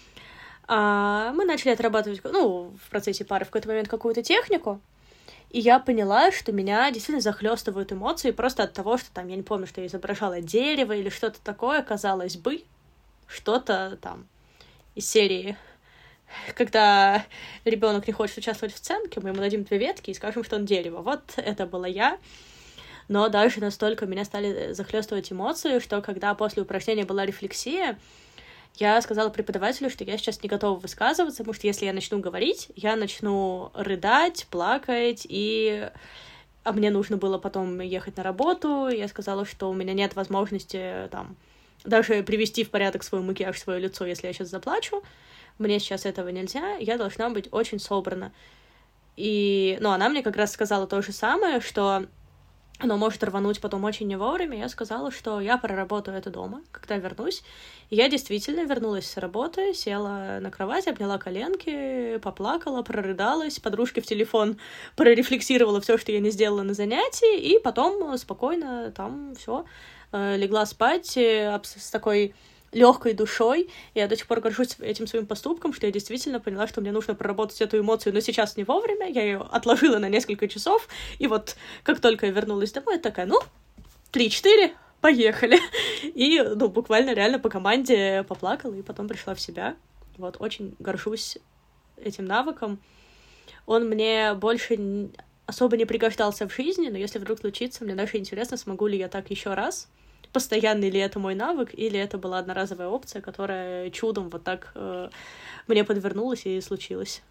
Uh, мы начали отрабатывать, ну, в процессе пары в какой-то момент какую-то технику, и я поняла, что меня действительно захлестывают эмоции просто от того, что там, я не помню, что я изображала дерево или что-то такое, казалось бы, что-то там из серии, когда ребенок не хочет участвовать в сценке, мы ему дадим две ветки и скажем, что он дерево. Вот это была я. Но дальше настолько меня стали захлестывать эмоции, что когда после упражнения была рефлексия, я сказала преподавателю, что я сейчас не готова высказываться, потому что если я начну говорить, я начну рыдать, плакать, и... А мне нужно было потом ехать на работу. Я сказала, что у меня нет возможности там даже привести в порядок свой макияж, свое лицо, если я сейчас заплачу. Мне сейчас этого нельзя, я должна быть очень собрана. И, ну, она мне как раз сказала то же самое, что оно может рвануть потом очень не вовремя. Я сказала, что я проработаю это дома, когда вернусь. И я действительно вернулась с работы, села на кровать, обняла коленки, поплакала, прорыдалась, подружке в телефон прорефлексировала все, что я не сделала на занятии, и потом спокойно там все легла спать с такой легкой душой. Я до сих пор горжусь этим своим поступком, что я действительно поняла, что мне нужно проработать эту эмоцию, но сейчас не вовремя. Я ее отложила на несколько часов, и вот как только я вернулась домой, я такая, ну, три-четыре, поехали. И, ну, буквально реально по команде поплакала, и потом пришла в себя. Вот, очень горжусь этим навыком. Он мне больше особо не пригождался в жизни, но если вдруг случится, мне даже интересно, смогу ли я так еще раз. Постоянный ли это мой навык, или это была одноразовая опция, которая чудом вот так э, мне подвернулась и случилась.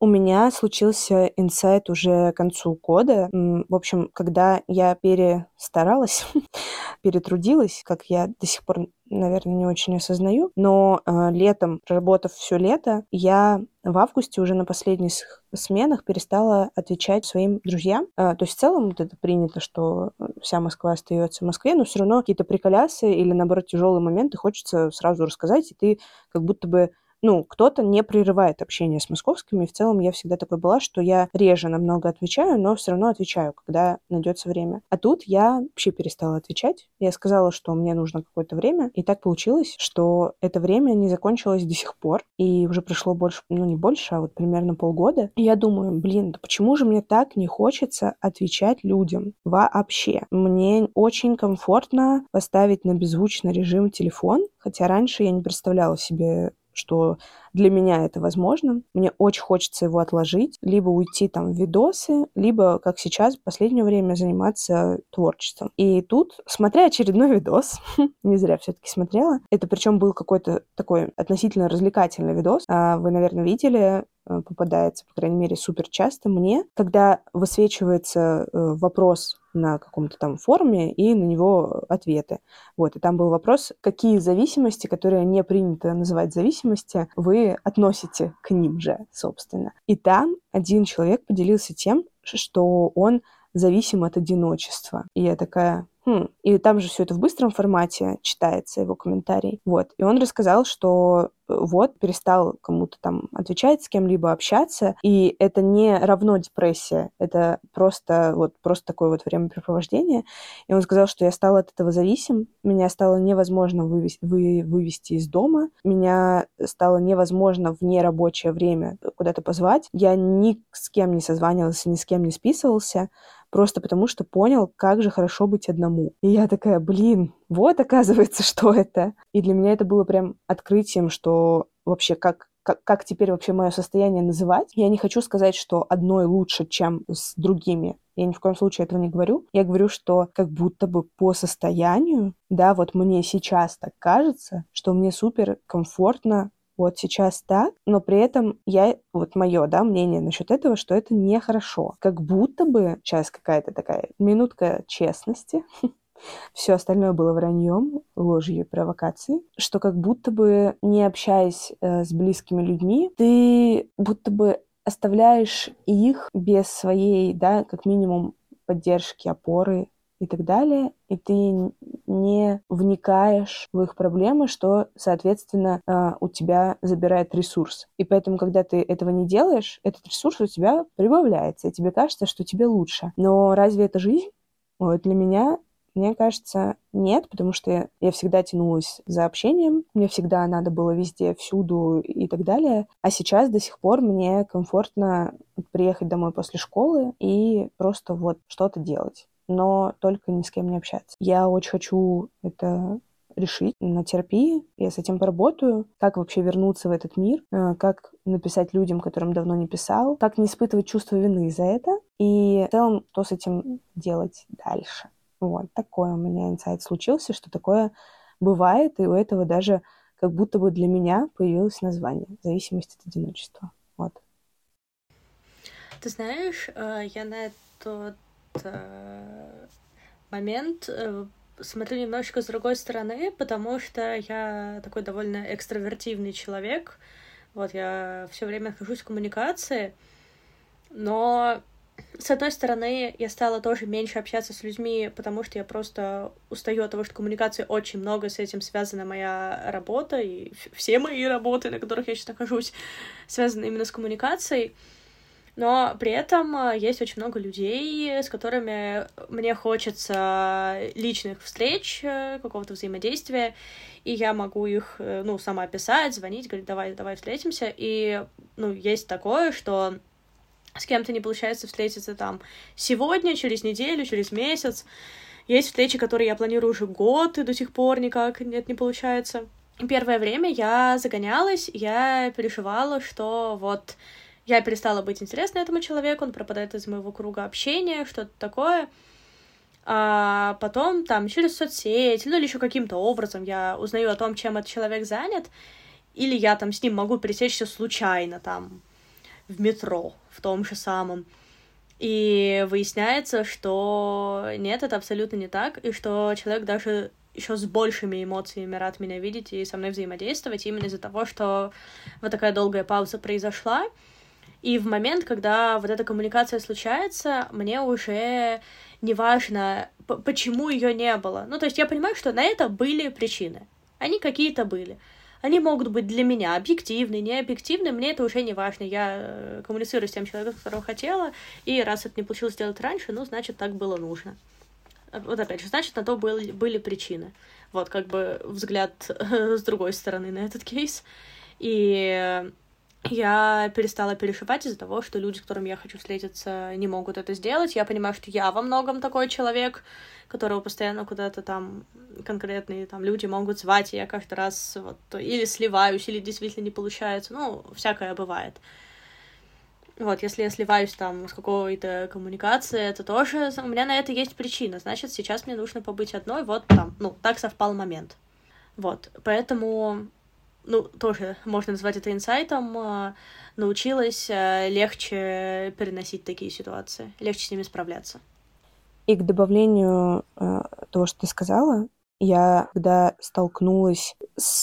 У меня случился инсайт уже к концу года. В общем, когда я перестаралась, перетрудилась, как я до сих пор, наверное, не очень осознаю, но э, летом, проработав все лето, я в августе уже на последних сменах перестала отвечать своим друзьям. Э, то есть в целом вот это принято, что вся Москва остается в Москве, но все равно какие-то приколясы или, наоборот, тяжелые моменты хочется сразу рассказать, и ты как будто бы ну, кто-то не прерывает общение с московскими. И в целом я всегда такой была, что я реже намного отвечаю, но все равно отвечаю, когда найдется время. А тут я вообще перестала отвечать. Я сказала, что мне нужно какое-то время. И так получилось, что это время не закончилось до сих пор. И уже прошло больше, ну не больше, а вот примерно полгода. И я думаю, блин, да почему же мне так не хочется отвечать людям вообще? Мне очень комфортно поставить на беззвучный режим телефон, хотя раньше я не представляла себе, что для меня это возможно. Мне очень хочется его отложить, либо уйти там в видосы, либо, как сейчас, в последнее время заниматься творчеством. И тут, смотря очередной видос, не зря все-таки смотрела, это причем был какой-то такой относительно развлекательный видос. Вы, наверное, видели, попадается, по крайней мере, супер часто мне, когда высвечивается вопрос на каком-то там форуме и на него ответы. Вот, и там был вопрос, какие зависимости, которые не принято называть зависимости, вы относите к ним же, собственно. И там один человек поделился тем, что он зависим от одиночества. И я такая... Хм. И там же все это в быстром формате читается, его комментарий. Вот. И он рассказал, что вот, перестал кому-то там отвечать, с кем-либо общаться, и это не равно депрессия, это просто вот просто такое вот времяпрепровождение. И он сказал, что я стала от этого зависим, меня стало невозможно вывести, вы, вывести из дома, меня стало невозможно в нерабочее время куда-то позвать, я ни с кем не созванивался, ни с кем не списывался, просто потому что понял, как же хорошо быть одному. И я такая, блин, вот оказывается, что это. И для меня это было прям открытием, что вообще как, как, как теперь вообще мое состояние называть. Я не хочу сказать, что одной лучше, чем с другими. Я ни в коем случае этого не говорю. Я говорю, что как будто бы по состоянию, да, вот мне сейчас так кажется, что мне супер комфортно вот сейчас так, но при этом я, вот мое, да, мнение насчет этого, что это нехорошо. Как будто бы, сейчас какая-то такая минутка честности, все остальное было враньем, ложью и провокацией, что как будто бы, не общаясь э, с близкими людьми, ты будто бы оставляешь их без своей, да, как минимум, поддержки, опоры и так далее, и ты не вникаешь в их проблемы, что, соответственно, у тебя забирает ресурс. И поэтому, когда ты этого не делаешь, этот ресурс у тебя прибавляется, и тебе кажется, что тебе лучше. Но разве это жизнь? Вот для меня, мне кажется, нет, потому что я всегда тянулась за общением, мне всегда надо было везде, всюду и так далее. А сейчас до сих пор мне комфортно приехать домой после школы и просто вот что-то делать, но только ни с кем не общаться. Я очень хочу это решить на терапии, я с этим поработаю, как вообще вернуться в этот мир, как написать людям, которым давно не писал, как не испытывать чувство вины за это, и в целом, что с этим делать дальше. Вот, такой у меня инсайт случился, что такое бывает, и у этого даже как будто бы для меня появилось название «Зависимость от одиночества». Вот. Ты знаешь, я на этот момент смотрю немножечко с другой стороны, потому что я такой довольно экстравертивный человек. Вот, я все время нахожусь в коммуникации, но с одной стороны, я стала тоже меньше общаться с людьми, потому что я просто устаю от того, что коммуникации очень много, с этим связана моя работа, и все мои работы, на которых я сейчас нахожусь, связаны именно с коммуникацией. Но при этом есть очень много людей, с которыми мне хочется личных встреч, какого-то взаимодействия, и я могу их, ну, сама писать, звонить, говорить, давай, давай встретимся, и, ну, есть такое, что с кем-то не получается встретиться там сегодня, через неделю, через месяц. Есть встречи, которые я планирую уже год, и до сих пор никак нет, не получается. И первое время я загонялась, я переживала, что вот я перестала быть интересной этому человеку, он пропадает из моего круга общения, что-то такое. А потом там через соцсети, ну или еще каким-то образом я узнаю о том, чем этот человек занят, или я там с ним могу пересечься случайно там в метро, в том же самом. И выясняется, что нет, это абсолютно не так, и что человек даже еще с большими эмоциями рад меня видеть и со мной взаимодействовать именно из-за того, что вот такая долгая пауза произошла. И в момент, когда вот эта коммуникация случается, мне уже не важно, почему ее не было. Ну, то есть я понимаю, что на это были причины. Они какие-то были. Они могут быть для меня объективны, необъективны, мне это уже не важно. Я коммуницирую с тем человеком, которого хотела, и раз это не получилось сделать раньше, ну, значит, так было нужно. Вот опять же, значит, на то были, были причины. Вот, как бы взгляд с другой стороны на этот кейс. И я перестала переживать из-за того, что люди, с которыми я хочу встретиться, не могут это сделать. Я понимаю, что я во многом такой человек, которого постоянно куда-то там конкретные там люди могут звать, и я каждый раз вот или сливаюсь, или действительно не получается. Ну, всякое бывает. Вот, если я сливаюсь там с какой-то коммуникацией, это тоже... У меня на это есть причина. Значит, сейчас мне нужно побыть одной, вот там, ну, так совпал момент. Вот, поэтому... Ну, тоже можно назвать это инсайтом, научилась легче переносить такие ситуации, легче с ними справляться. И к добавлению э, того, что ты сказала, я, когда столкнулась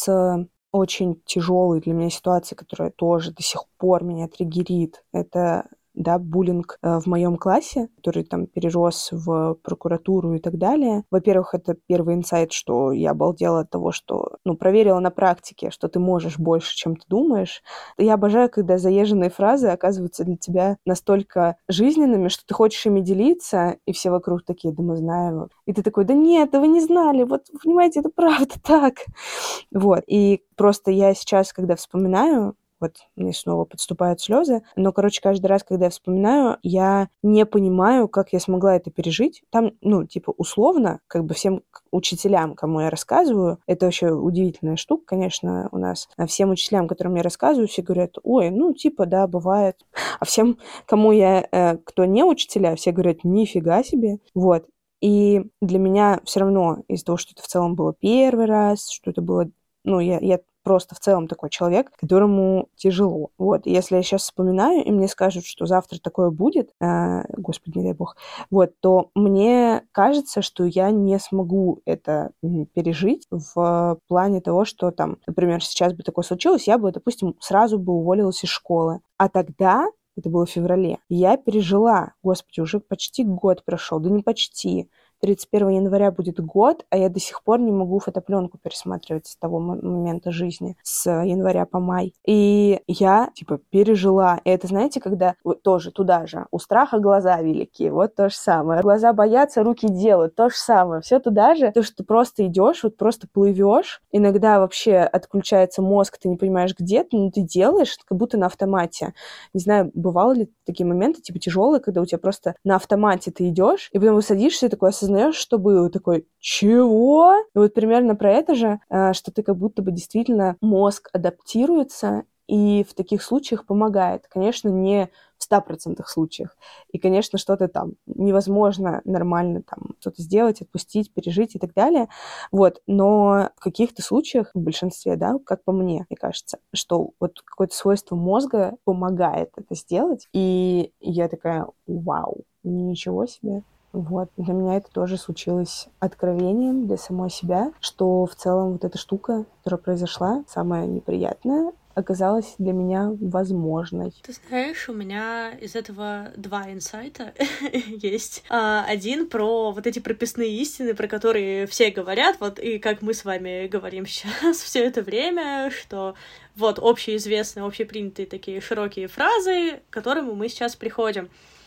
с очень тяжелой для меня ситуацией, которая тоже до сих пор меня триггерит, это... да, буллинг в моем классе, который там перерос в прокуратуру и так далее. Во-первых, это первый инсайт, что я обалдела от того, что, ну, проверила на практике, что ты можешь больше, чем ты думаешь. Я обожаю, когда заезженные фразы оказываются для тебя настолько жизненными, что ты хочешь ими делиться, и все вокруг такие: да мы знаем. И ты такой: да нет, да вы не знали, вот, понимаете, это правда так. Вот, и просто я сейчас, когда вспоминаю, вот мне снова подступают слезы. Но, короче, каждый раз, когда я вспоминаю, я не понимаю, как я смогла это пережить. Там, ну, типа, условно, как бы всем учителям, кому я рассказываю, это вообще удивительная штука, конечно, у нас. А всем учителям, которым я рассказываю, все говорят: ой, ну, типа, да, бывает. А всем, кому я, э, кто не учителя, все говорят: нифига себе. Вот. И для меня все равно из-за того, что это в целом было первый раз, что это было... Ну, я, я просто в целом такой человек, которому тяжело. Вот, если я сейчас вспоминаю, и мне скажут, что завтра такое будет, э, господи, не дай бог, вот, то мне кажется, что я не смогу это пережить в плане того, что там, например, сейчас бы такое случилось, я бы, допустим, сразу бы уволилась из школы. А тогда, это было в феврале, я пережила, господи, уже почти год прошел, да не почти, тридцать первого января будет год, а я до сих пор не могу фотопленку пересматривать с того момента жизни, с января по май. И я, типа, пережила. И это, знаете, когда вот тоже туда же, у страха глаза велики, вот то же самое. Глаза боятся, руки делают, то же самое. Все туда же. То, что ты просто идешь, вот просто плывешь. Иногда вообще отключается мозг, ты не понимаешь, где ты, но ты делаешь, как будто на автомате. Не знаю, бывало ли такие моменты, типа, тяжелые, когда у тебя просто на автомате ты идешь, и потом вы садишься и такой осознаешь, что было, такой: чего? И вот примерно про это же, что ты как будто бы действительно мозг адаптируется и в таких случаях помогает. Конечно, не в ста процентах случаях. И, конечно, что-то там невозможно нормально там что-то сделать, отпустить, пережить и так далее. Вот. Но в каких-то случаях, в большинстве, да, как по мне, мне кажется, что вот какое-то свойство мозга помогает это сделать. И я такая: вау, ничего себе. Вот. Для меня это тоже случилось откровением для самой себя, что в целом вот эта штука, которая произошла, самая неприятная, оказалась для меня возможной. Ты знаешь, у меня из этого два инсайта есть. А, один про вот эти прописные истины, про которые все говорят, вот и как мы с вами говорим сейчас все это время, что вот общеизвестные, общепринятые такие широкие фразы, к которым мы сейчас приходим.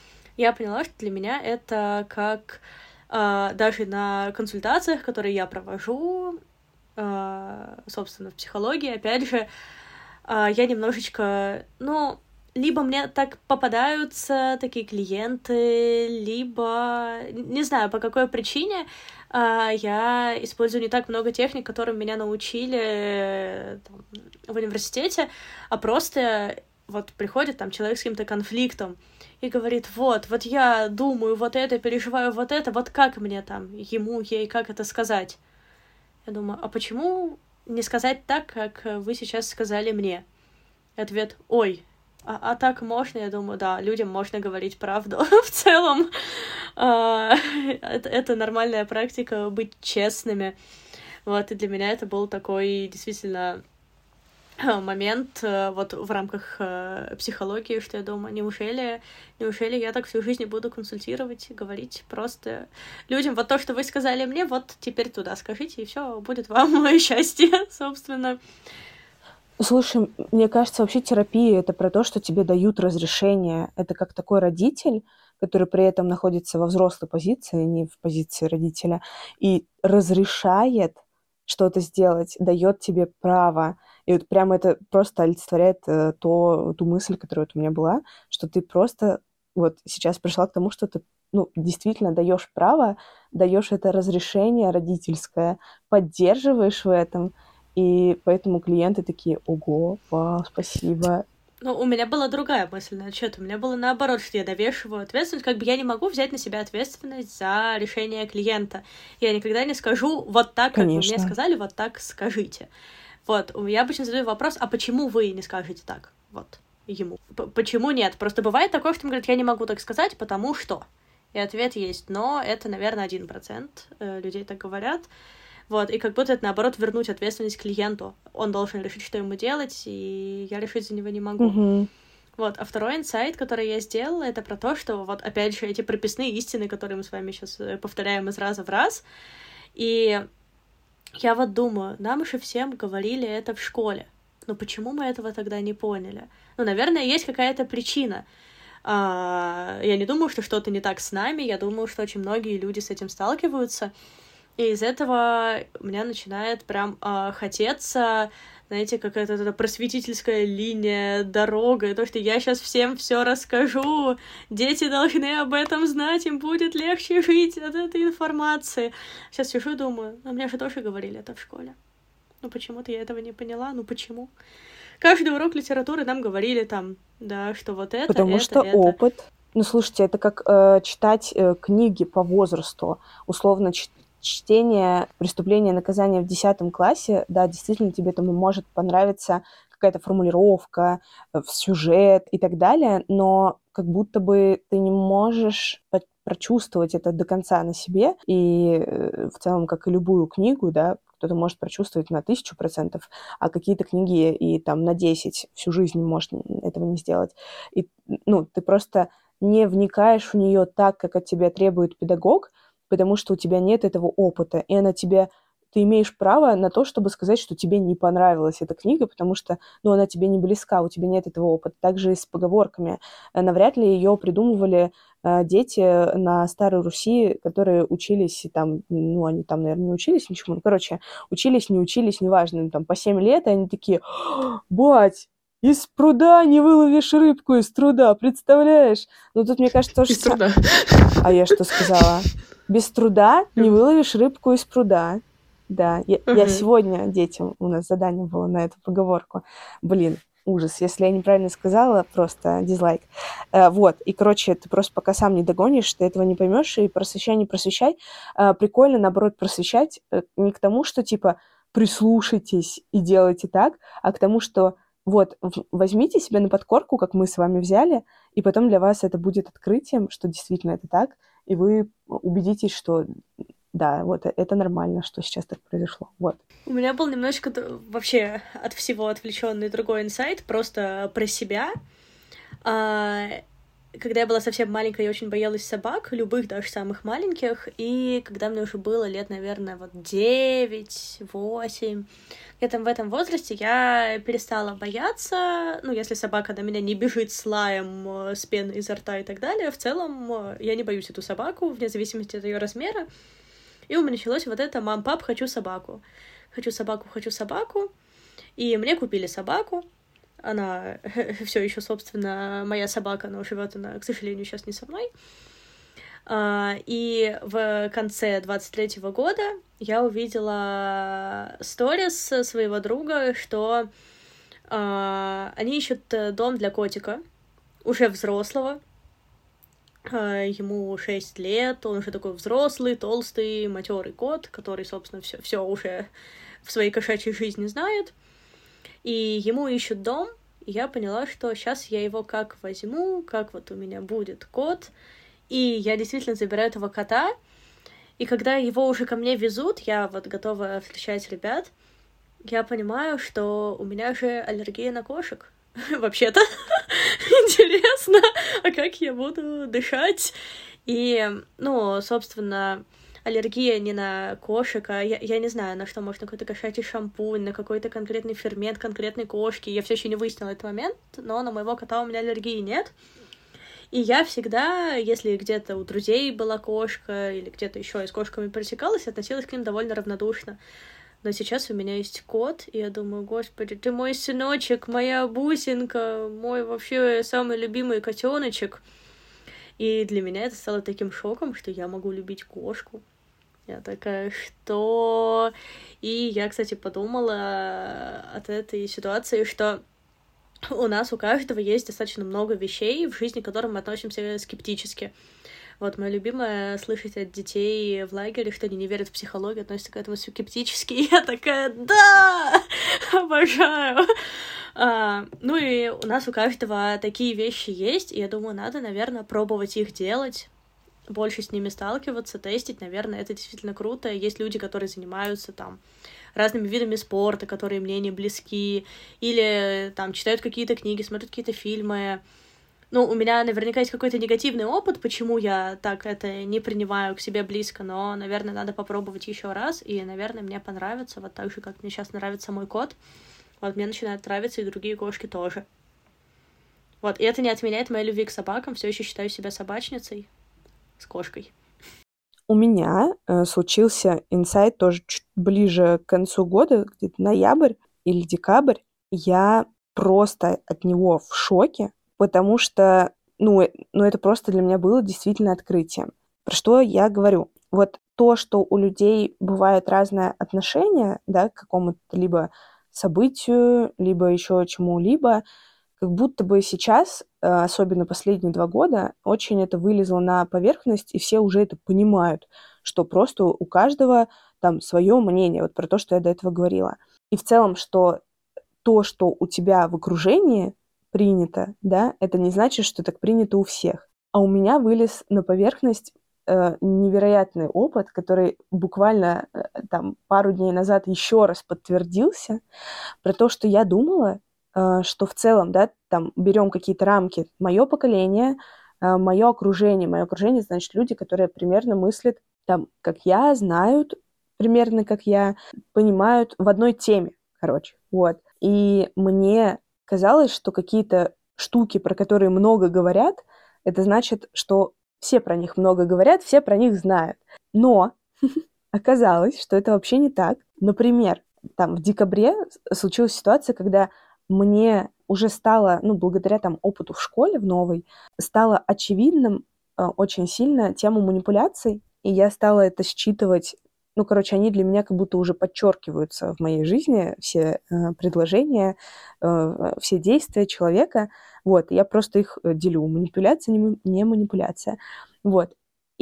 Я поняла, что для меня это как э, даже на консультациях, которые я провожу, э, собственно, в психологии, опять же, э, я немножечко, ну, либо мне так попадаются такие клиенты, либо, не знаю, по какой причине, э, я использую не так много техник, которым меня научили э, там, в университете, а просто вот приходит там человек с каким-то конфликтом, и говорит: вот, вот я думаю вот это, переживаю вот это, вот как мне там, ему, ей, как это сказать? Я думаю: а почему не сказать так, как вы сейчас сказали мне? Ответ: ой, А, а так можно, я думаю, да, людям можно говорить правду в целом. А, это, это нормальная практика быть честными. Вот, и для меня это был такой действительно момент вот в рамках психологии, что я думаю, неужели, неужели я так всю жизнь буду консультировать, говорить просто людям, вот то, что вы сказали мне, вот теперь туда скажите, и все будет вам счастье, собственно. Слушай, мне кажется, вообще терапия — это про то, что тебе дают разрешение. Это как такой родитель, который при этом находится во взрослой позиции, не в позиции родителя, и разрешает что-то сделать, дает тебе право. И вот прямо это просто олицетворяет э, то, ту мысль, которая вот у меня была, что ты просто вот сейчас пришла к тому, что ты ну, действительно даешь право, даешь это разрешение родительское, поддерживаешь в этом, и поэтому клиенты такие: ого, вау, спасибо. Ну, у меня была другая мысль на счет. У меня было наоборот, что я довешиваю ответственность. Как бы я не могу взять на себя ответственность за решение клиента. Я никогда не скажу вот так, как Конечно. вы мне сказали, вот так скажите. Вот, я обычно задаю вопрос: а почему вы не скажете так? Вот, ему. П- почему нет? Просто бывает такое, что он говорит: я не могу так сказать, потому что. И ответ есть, но это, наверное, один процент людей так говорят. Вот, и как будто это, наоборот, вернуть ответственность клиенту. Он должен решить, что ему делать, и я решить за него не могу. Угу. Вот, а второй инсайт, который я сделала, это про то, что вот, опять же, эти прописные истины, которые мы с вами сейчас повторяем из раза в раз. И я вот думаю, нам же всем говорили это в школе. Но почему мы этого тогда не поняли? Ну, наверное, есть какая-то причина. А, я не думаю, что что-то не так с нами, я думаю, что очень многие люди с этим сталкиваются. И из этого у меня начинает прям э, хотеться, знаете, какая-то эта просветительская линия, дорога, и то, что я сейчас всем все расскажу, дети должны об этом знать, им будет легче жить от этой информации. Сейчас сижу и думаю, ну мне же тоже говорили это в школе. Ну почему-то я этого не поняла, ну почему? Каждый урок литературы нам говорили там, да, что вот это, Потому это, что это. опыт. Ну, слушайте, это как э, читать э, книги по возрасту. Условно, ч- чтение «Преступление и наказание» в десятом классе, да, действительно, тебе там может понравиться какая-то формулировка, э, сюжет и так далее, но как будто бы ты не можешь по- прочувствовать это до конца на себе, и э, в целом, как и любую книгу, да, кто-то может прочувствовать на тысячу процентов, а какие-то книги и там на десять всю жизнь может этого не сделать. И, ну, ты просто не вникаешь в нее так, как от тебя требует педагог, потому что у тебя нет этого опыта, и она тебе... Ты имеешь право на то, чтобы сказать, что тебе не понравилась эта книга, потому что, ну, она тебе не близка, у тебя нет этого опыта. Также и с поговорками. Навряд ли ее придумывали э, дети на Старой Руси, которые учились, там, ну, они там, наверное, не учились ничему, ну, короче, учились, не учились, неважно, там, по семь лет, и они такие: бать, из пруда не выловишь рыбку из труда, представляешь? Ну, тут, мне кажется, тоже... Из труда. А я что сказала? Без труда не выловишь рыбку из пруда. Да, я, uh-huh. я сегодня детям, у нас задание было на эту поговорку. Блин, ужас. Если я неправильно сказала, просто дизлайк. А, вот, и, короче, ты просто пока сам не догонишь, ты этого не поймешь, и просвещай, не просвещай. А, прикольно, наоборот, просвещать не к тому, что, типа, прислушайтесь и делайте так, а к тому, что вот, возьмите себе на подкорку, как мы с вами взяли, и потом для вас это будет открытием, что действительно это так, и вы убедитесь, что да, вот это нормально, что сейчас так произошло. Вот. У меня был немножечко вообще от всего отвлеченный другой инсайт, просто про себя. Когда я была совсем маленькая, я очень боялась собак, любых, даже самых маленьких, и когда мне уже было лет, наверное, вот девять, восемь, где-то в этом возрасте я перестала бояться, ну, если собака на меня не бежит с лаем, с пеной изо рта и так далее, в целом я не боюсь эту собаку, вне зависимости от ее размера. И у меня началось вот это: мам, пап, хочу собаку. Хочу собаку, хочу собаку. И мне купили собаку. Она все еще, собственно, моя собака, но живет она, к сожалению, сейчас не со мной. И в конце двадцать третьего года я увидела сторис своего друга, что они ищут дом для котика, уже взрослого. Ему шесть лет, он уже такой взрослый, толстый, матерый кот, который, собственно, все, все уже в своей кошачьей жизни знает. И ему ищут дом, и я поняла, что сейчас я его как возьму, как вот у меня будет кот, и я действительно забираю этого кота, и когда его уже ко мне везут, я вот готова встречать ребят, я понимаю, что у меня же аллергия на кошек. Вообще-то интересно, а как я буду дышать? И, ну, собственно, аллергия не на кошек, а я, я не знаю, на что, может, на какой-то кошачий шампунь, на какой-то конкретный фермент конкретной кошки. Я все еще не выяснила этот момент, но на моего кота у меня аллергии нет. И я всегда, если где-то у друзей была кошка или где-то еще я с кошками пересекалась, относилась к ним довольно равнодушно. Но сейчас у меня есть кот, и я думаю, господи, ты мой сыночек, моя бусинка, мой вообще самый любимый котеночек. И для меня это стало таким шоком, что я могу любить кошку. Я такая, что? И я, кстати, подумала от этой ситуации, что у нас у каждого есть достаточно много вещей в жизни, к которым мы относимся скептически. Вот, моя любимая слышать от детей в лагере, что они не верят в психологию, относятся к этому скептически. И я такая, да, обожаю. А, ну и у нас у каждого такие вещи есть, и я думаю, надо, наверное, пробовать их делать, больше с ними сталкиваться, тестить, наверное, это действительно круто. Есть люди, которые занимаются там разными видами спорта, которые мне не близки, или там читают какие-то книги, смотрят какие-то фильмы. Ну, у меня наверняка есть какой-то негативный опыт, почему я так это не принимаю к себе близко, но, наверное, надо попробовать еще раз, и, наверное, мне понравится, вот так же, как мне сейчас нравится мой кот, вот мне начинают нравиться и другие кошки тоже. Вот, и это не отменяет моей любви к собакам, все еще считаю себя собачницей с кошкой. У меня э, случился инсайт тоже чуть ближе к концу года, где-то ноябрь или декабрь. Я просто от него в шоке, потому что, ну, э- ну, это просто для меня было действительно открытием. Про что я говорю? Вот то, что у людей бывает разное отношение, да, к какому-то либо событию, либо еще чему-либо, как будто бы сейчас, э, особенно последние два года, очень это вылезло на поверхность, и все уже это понимают, что просто у каждого там свое мнение, вот про то, что я до этого говорила. И в целом, что то, что у тебя в окружении принято, да, это не значит, что так принято у всех. А у меня вылез на поверхность э, невероятный опыт, который буквально э, там пару дней назад еще раз подтвердился, про то, что я думала, э, что в целом, да, там берем какие-то рамки. Мое поколение, э, мое окружение. Мое окружение, значит, люди, которые примерно мыслят там, как я, знают примерно как я, понимают в одной теме, короче. Вот. И мне казалось, что какие-то штуки, про которые много говорят, это значит, что все про них много говорят, все про них знают. Но оказалось, что это вообще не так. Например, там в декабре с- случилась ситуация, когда мне уже стало, ну, благодаря там опыту в школе в новой, стало очевидным э, очень сильно тему манипуляций, и я стала это считывать. Ну, короче, они для меня как будто уже подчеркиваются в моей жизни, все э, предложения, э, все действия человека. Вот, я просто их э, делю. Манипуляция, не, ма- не манипуляция. Вот.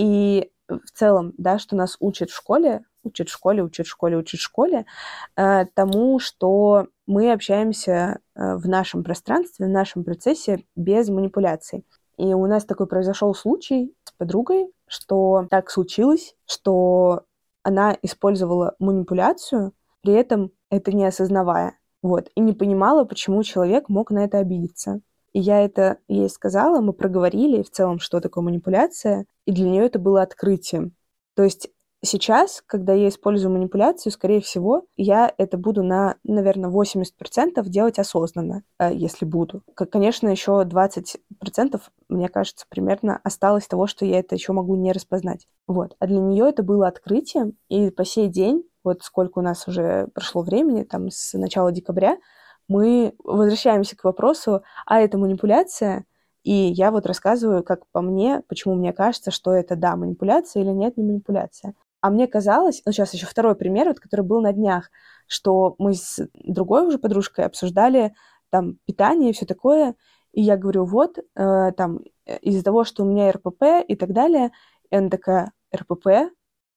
И в целом, да, что нас учат в школе, учат в школе, учат в школе, учат в школе, э, тому, что мы общаемся э, в нашем пространстве, в нашем процессе без манипуляций. И у нас такой произошел случай с подругой, что так случилось, что она использовала манипуляцию, при этом это не осознавая, вот, и не понимала, почему человек мог на это обидеться. И я это ей сказала, мы проговорили в целом, что такое манипуляция, и для нее это было открытием. То есть сейчас, когда я использую манипуляцию, скорее всего, я это буду на, наверное, восемьдесят процентов делать осознанно, э, если буду. Как, конечно, еще двадцать процентов, мне кажется, примерно осталось того, что я это еще могу не распознать. Вот. А для нее это было открытием, и по сей день, вот сколько у нас уже прошло времени, там, с начала декабря, мы возвращаемся к вопросу, а это манипуляция? И я вот рассказываю, как по мне, почему мне кажется, что это, да, манипуляция или нет, не манипуляция. А мне казалось, ну, сейчас еще второй пример, вот, который был на днях, что мы с другой уже подружкой обсуждали там питание и все такое, и я говорю, вот, э, там, э, из-за того, что у меня эр пэ пэ и так далее, и она такая, эр пэ пэ?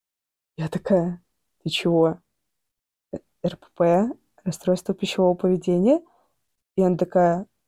Я такая, ты чего? эр пэ пэ? Расстройство пищевого поведения? И она такая,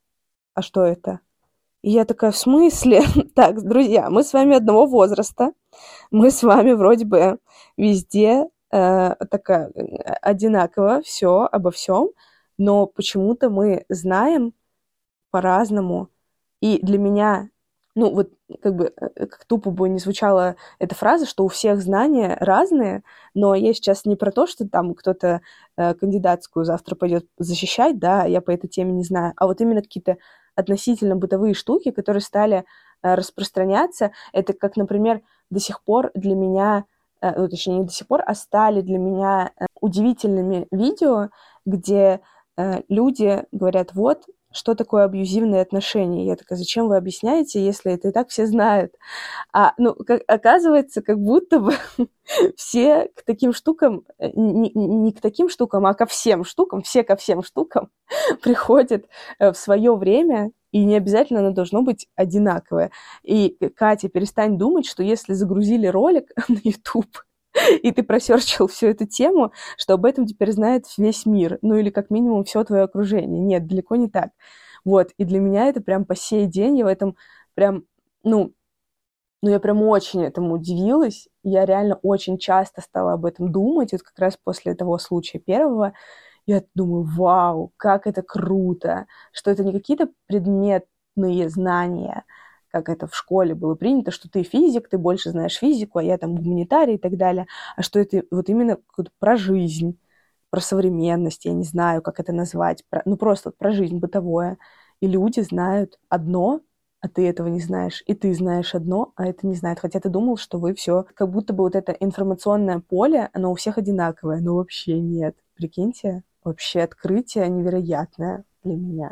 а что это? И я такая, в смысле? Так, друзья, мы с вами одного возраста, мы с вами вроде бы везде э, такая э, одинаково все обо всем, но почему-то мы знаем по-разному. И для меня, ну вот как бы, э, как тупо бы не звучала эта фраза, что у всех знания разные, но я сейчас не про то, что там кто-то э, кандидатскую завтра пойдет защищать, да, я по этой теме не знаю, а вот именно какие-то относительно бытовые штуки, которые стали э, распространяться. Это как, например, до сих пор для меня, э, ну, точнее, не до сих пор, а стали для меня э, удивительными видео, где э, люди говорят, вот, что такое абьюзивные отношения. Я такая, зачем вы объясняете, если это и так все знают? А, ну, как, оказывается, как будто бы все к таким штукам, э, не, не к таким штукам, а ко всем штукам, все ко всем штукам приходят э, в свое время, и не обязательно оно должно быть одинаковое. И, Катя, перестань думать, что если загрузили ролик на YouTube, и ты просерчил всю эту тему, что об этом теперь знает весь мир, ну или как минимум все твое окружение. Нет, далеко не так. Вот, и для меня это прям по сей день, я в этом прям, ну, ну я прям очень этому удивилась. Я реально очень часто стала об этом думать, вот как раз после того случая первого. Я думаю, вау, как это круто, что это не какие-то предметные знания, как это в школе было принято, что ты физик, ты больше знаешь физику, а я там гуманитарий и так далее, а что это вот именно про жизнь, про современность, я не знаю, как это назвать, про, ну просто вот про жизнь бытовое. И люди знают одно, а ты этого не знаешь, и ты знаешь одно, а это не знает. Хотя ты думал, что вы все, как будто бы вот это информационное поле, оно у всех одинаковое, но вообще нет. Прикиньте, вообще открытие невероятное для меня.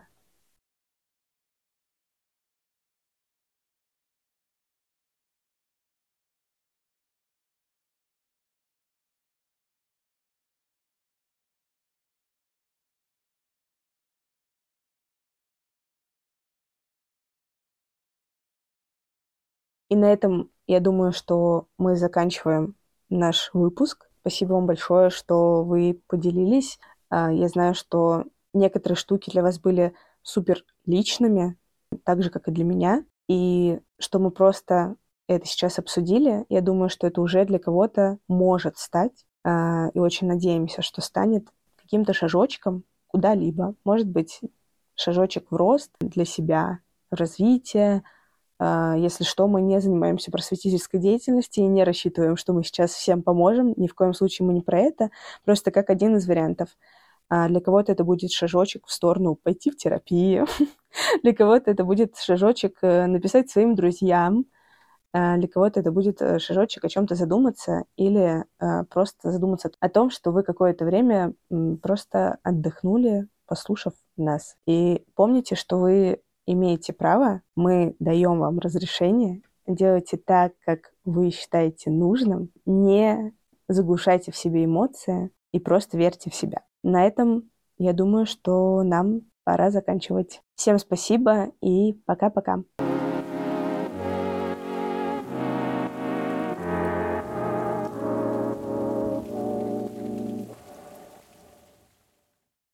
И на этом, я думаю, что мы заканчиваем наш выпуск. Спасибо вам большое, что вы поделились. А, Я знаю, что некоторые штуки для вас были супер личными, так же, как и для меня. И что мы просто это сейчас обсудили, я думаю, что это уже для кого-то может стать. а, И очень надеемся, что станет каким-то шажочком куда-либо. Может быть, шажочек в рост для себя, в развитие. А, Если что, мы не занимаемся просветительской деятельностью и не рассчитываем, что мы сейчас всем поможем. Ни в коем случае мы не про это. Просто как один из вариантов. А Для кого-то это будет шажочек в сторону пойти в терапию. Для кого-то это будет шажочек э, написать своим друзьям. А Для кого-то это будет э, шажочек о чем-то задуматься или э, просто задуматься о том, что вы какое-то время м, просто отдохнули, послушав нас. И помните, что вы имеете право, мы даем вам разрешение, делайте так, как вы считаете нужным, не заглушайте в себе эмоции и просто верьте в себя. На этом, я думаю, что нам пора заканчивать. Всем спасибо и пока-пока.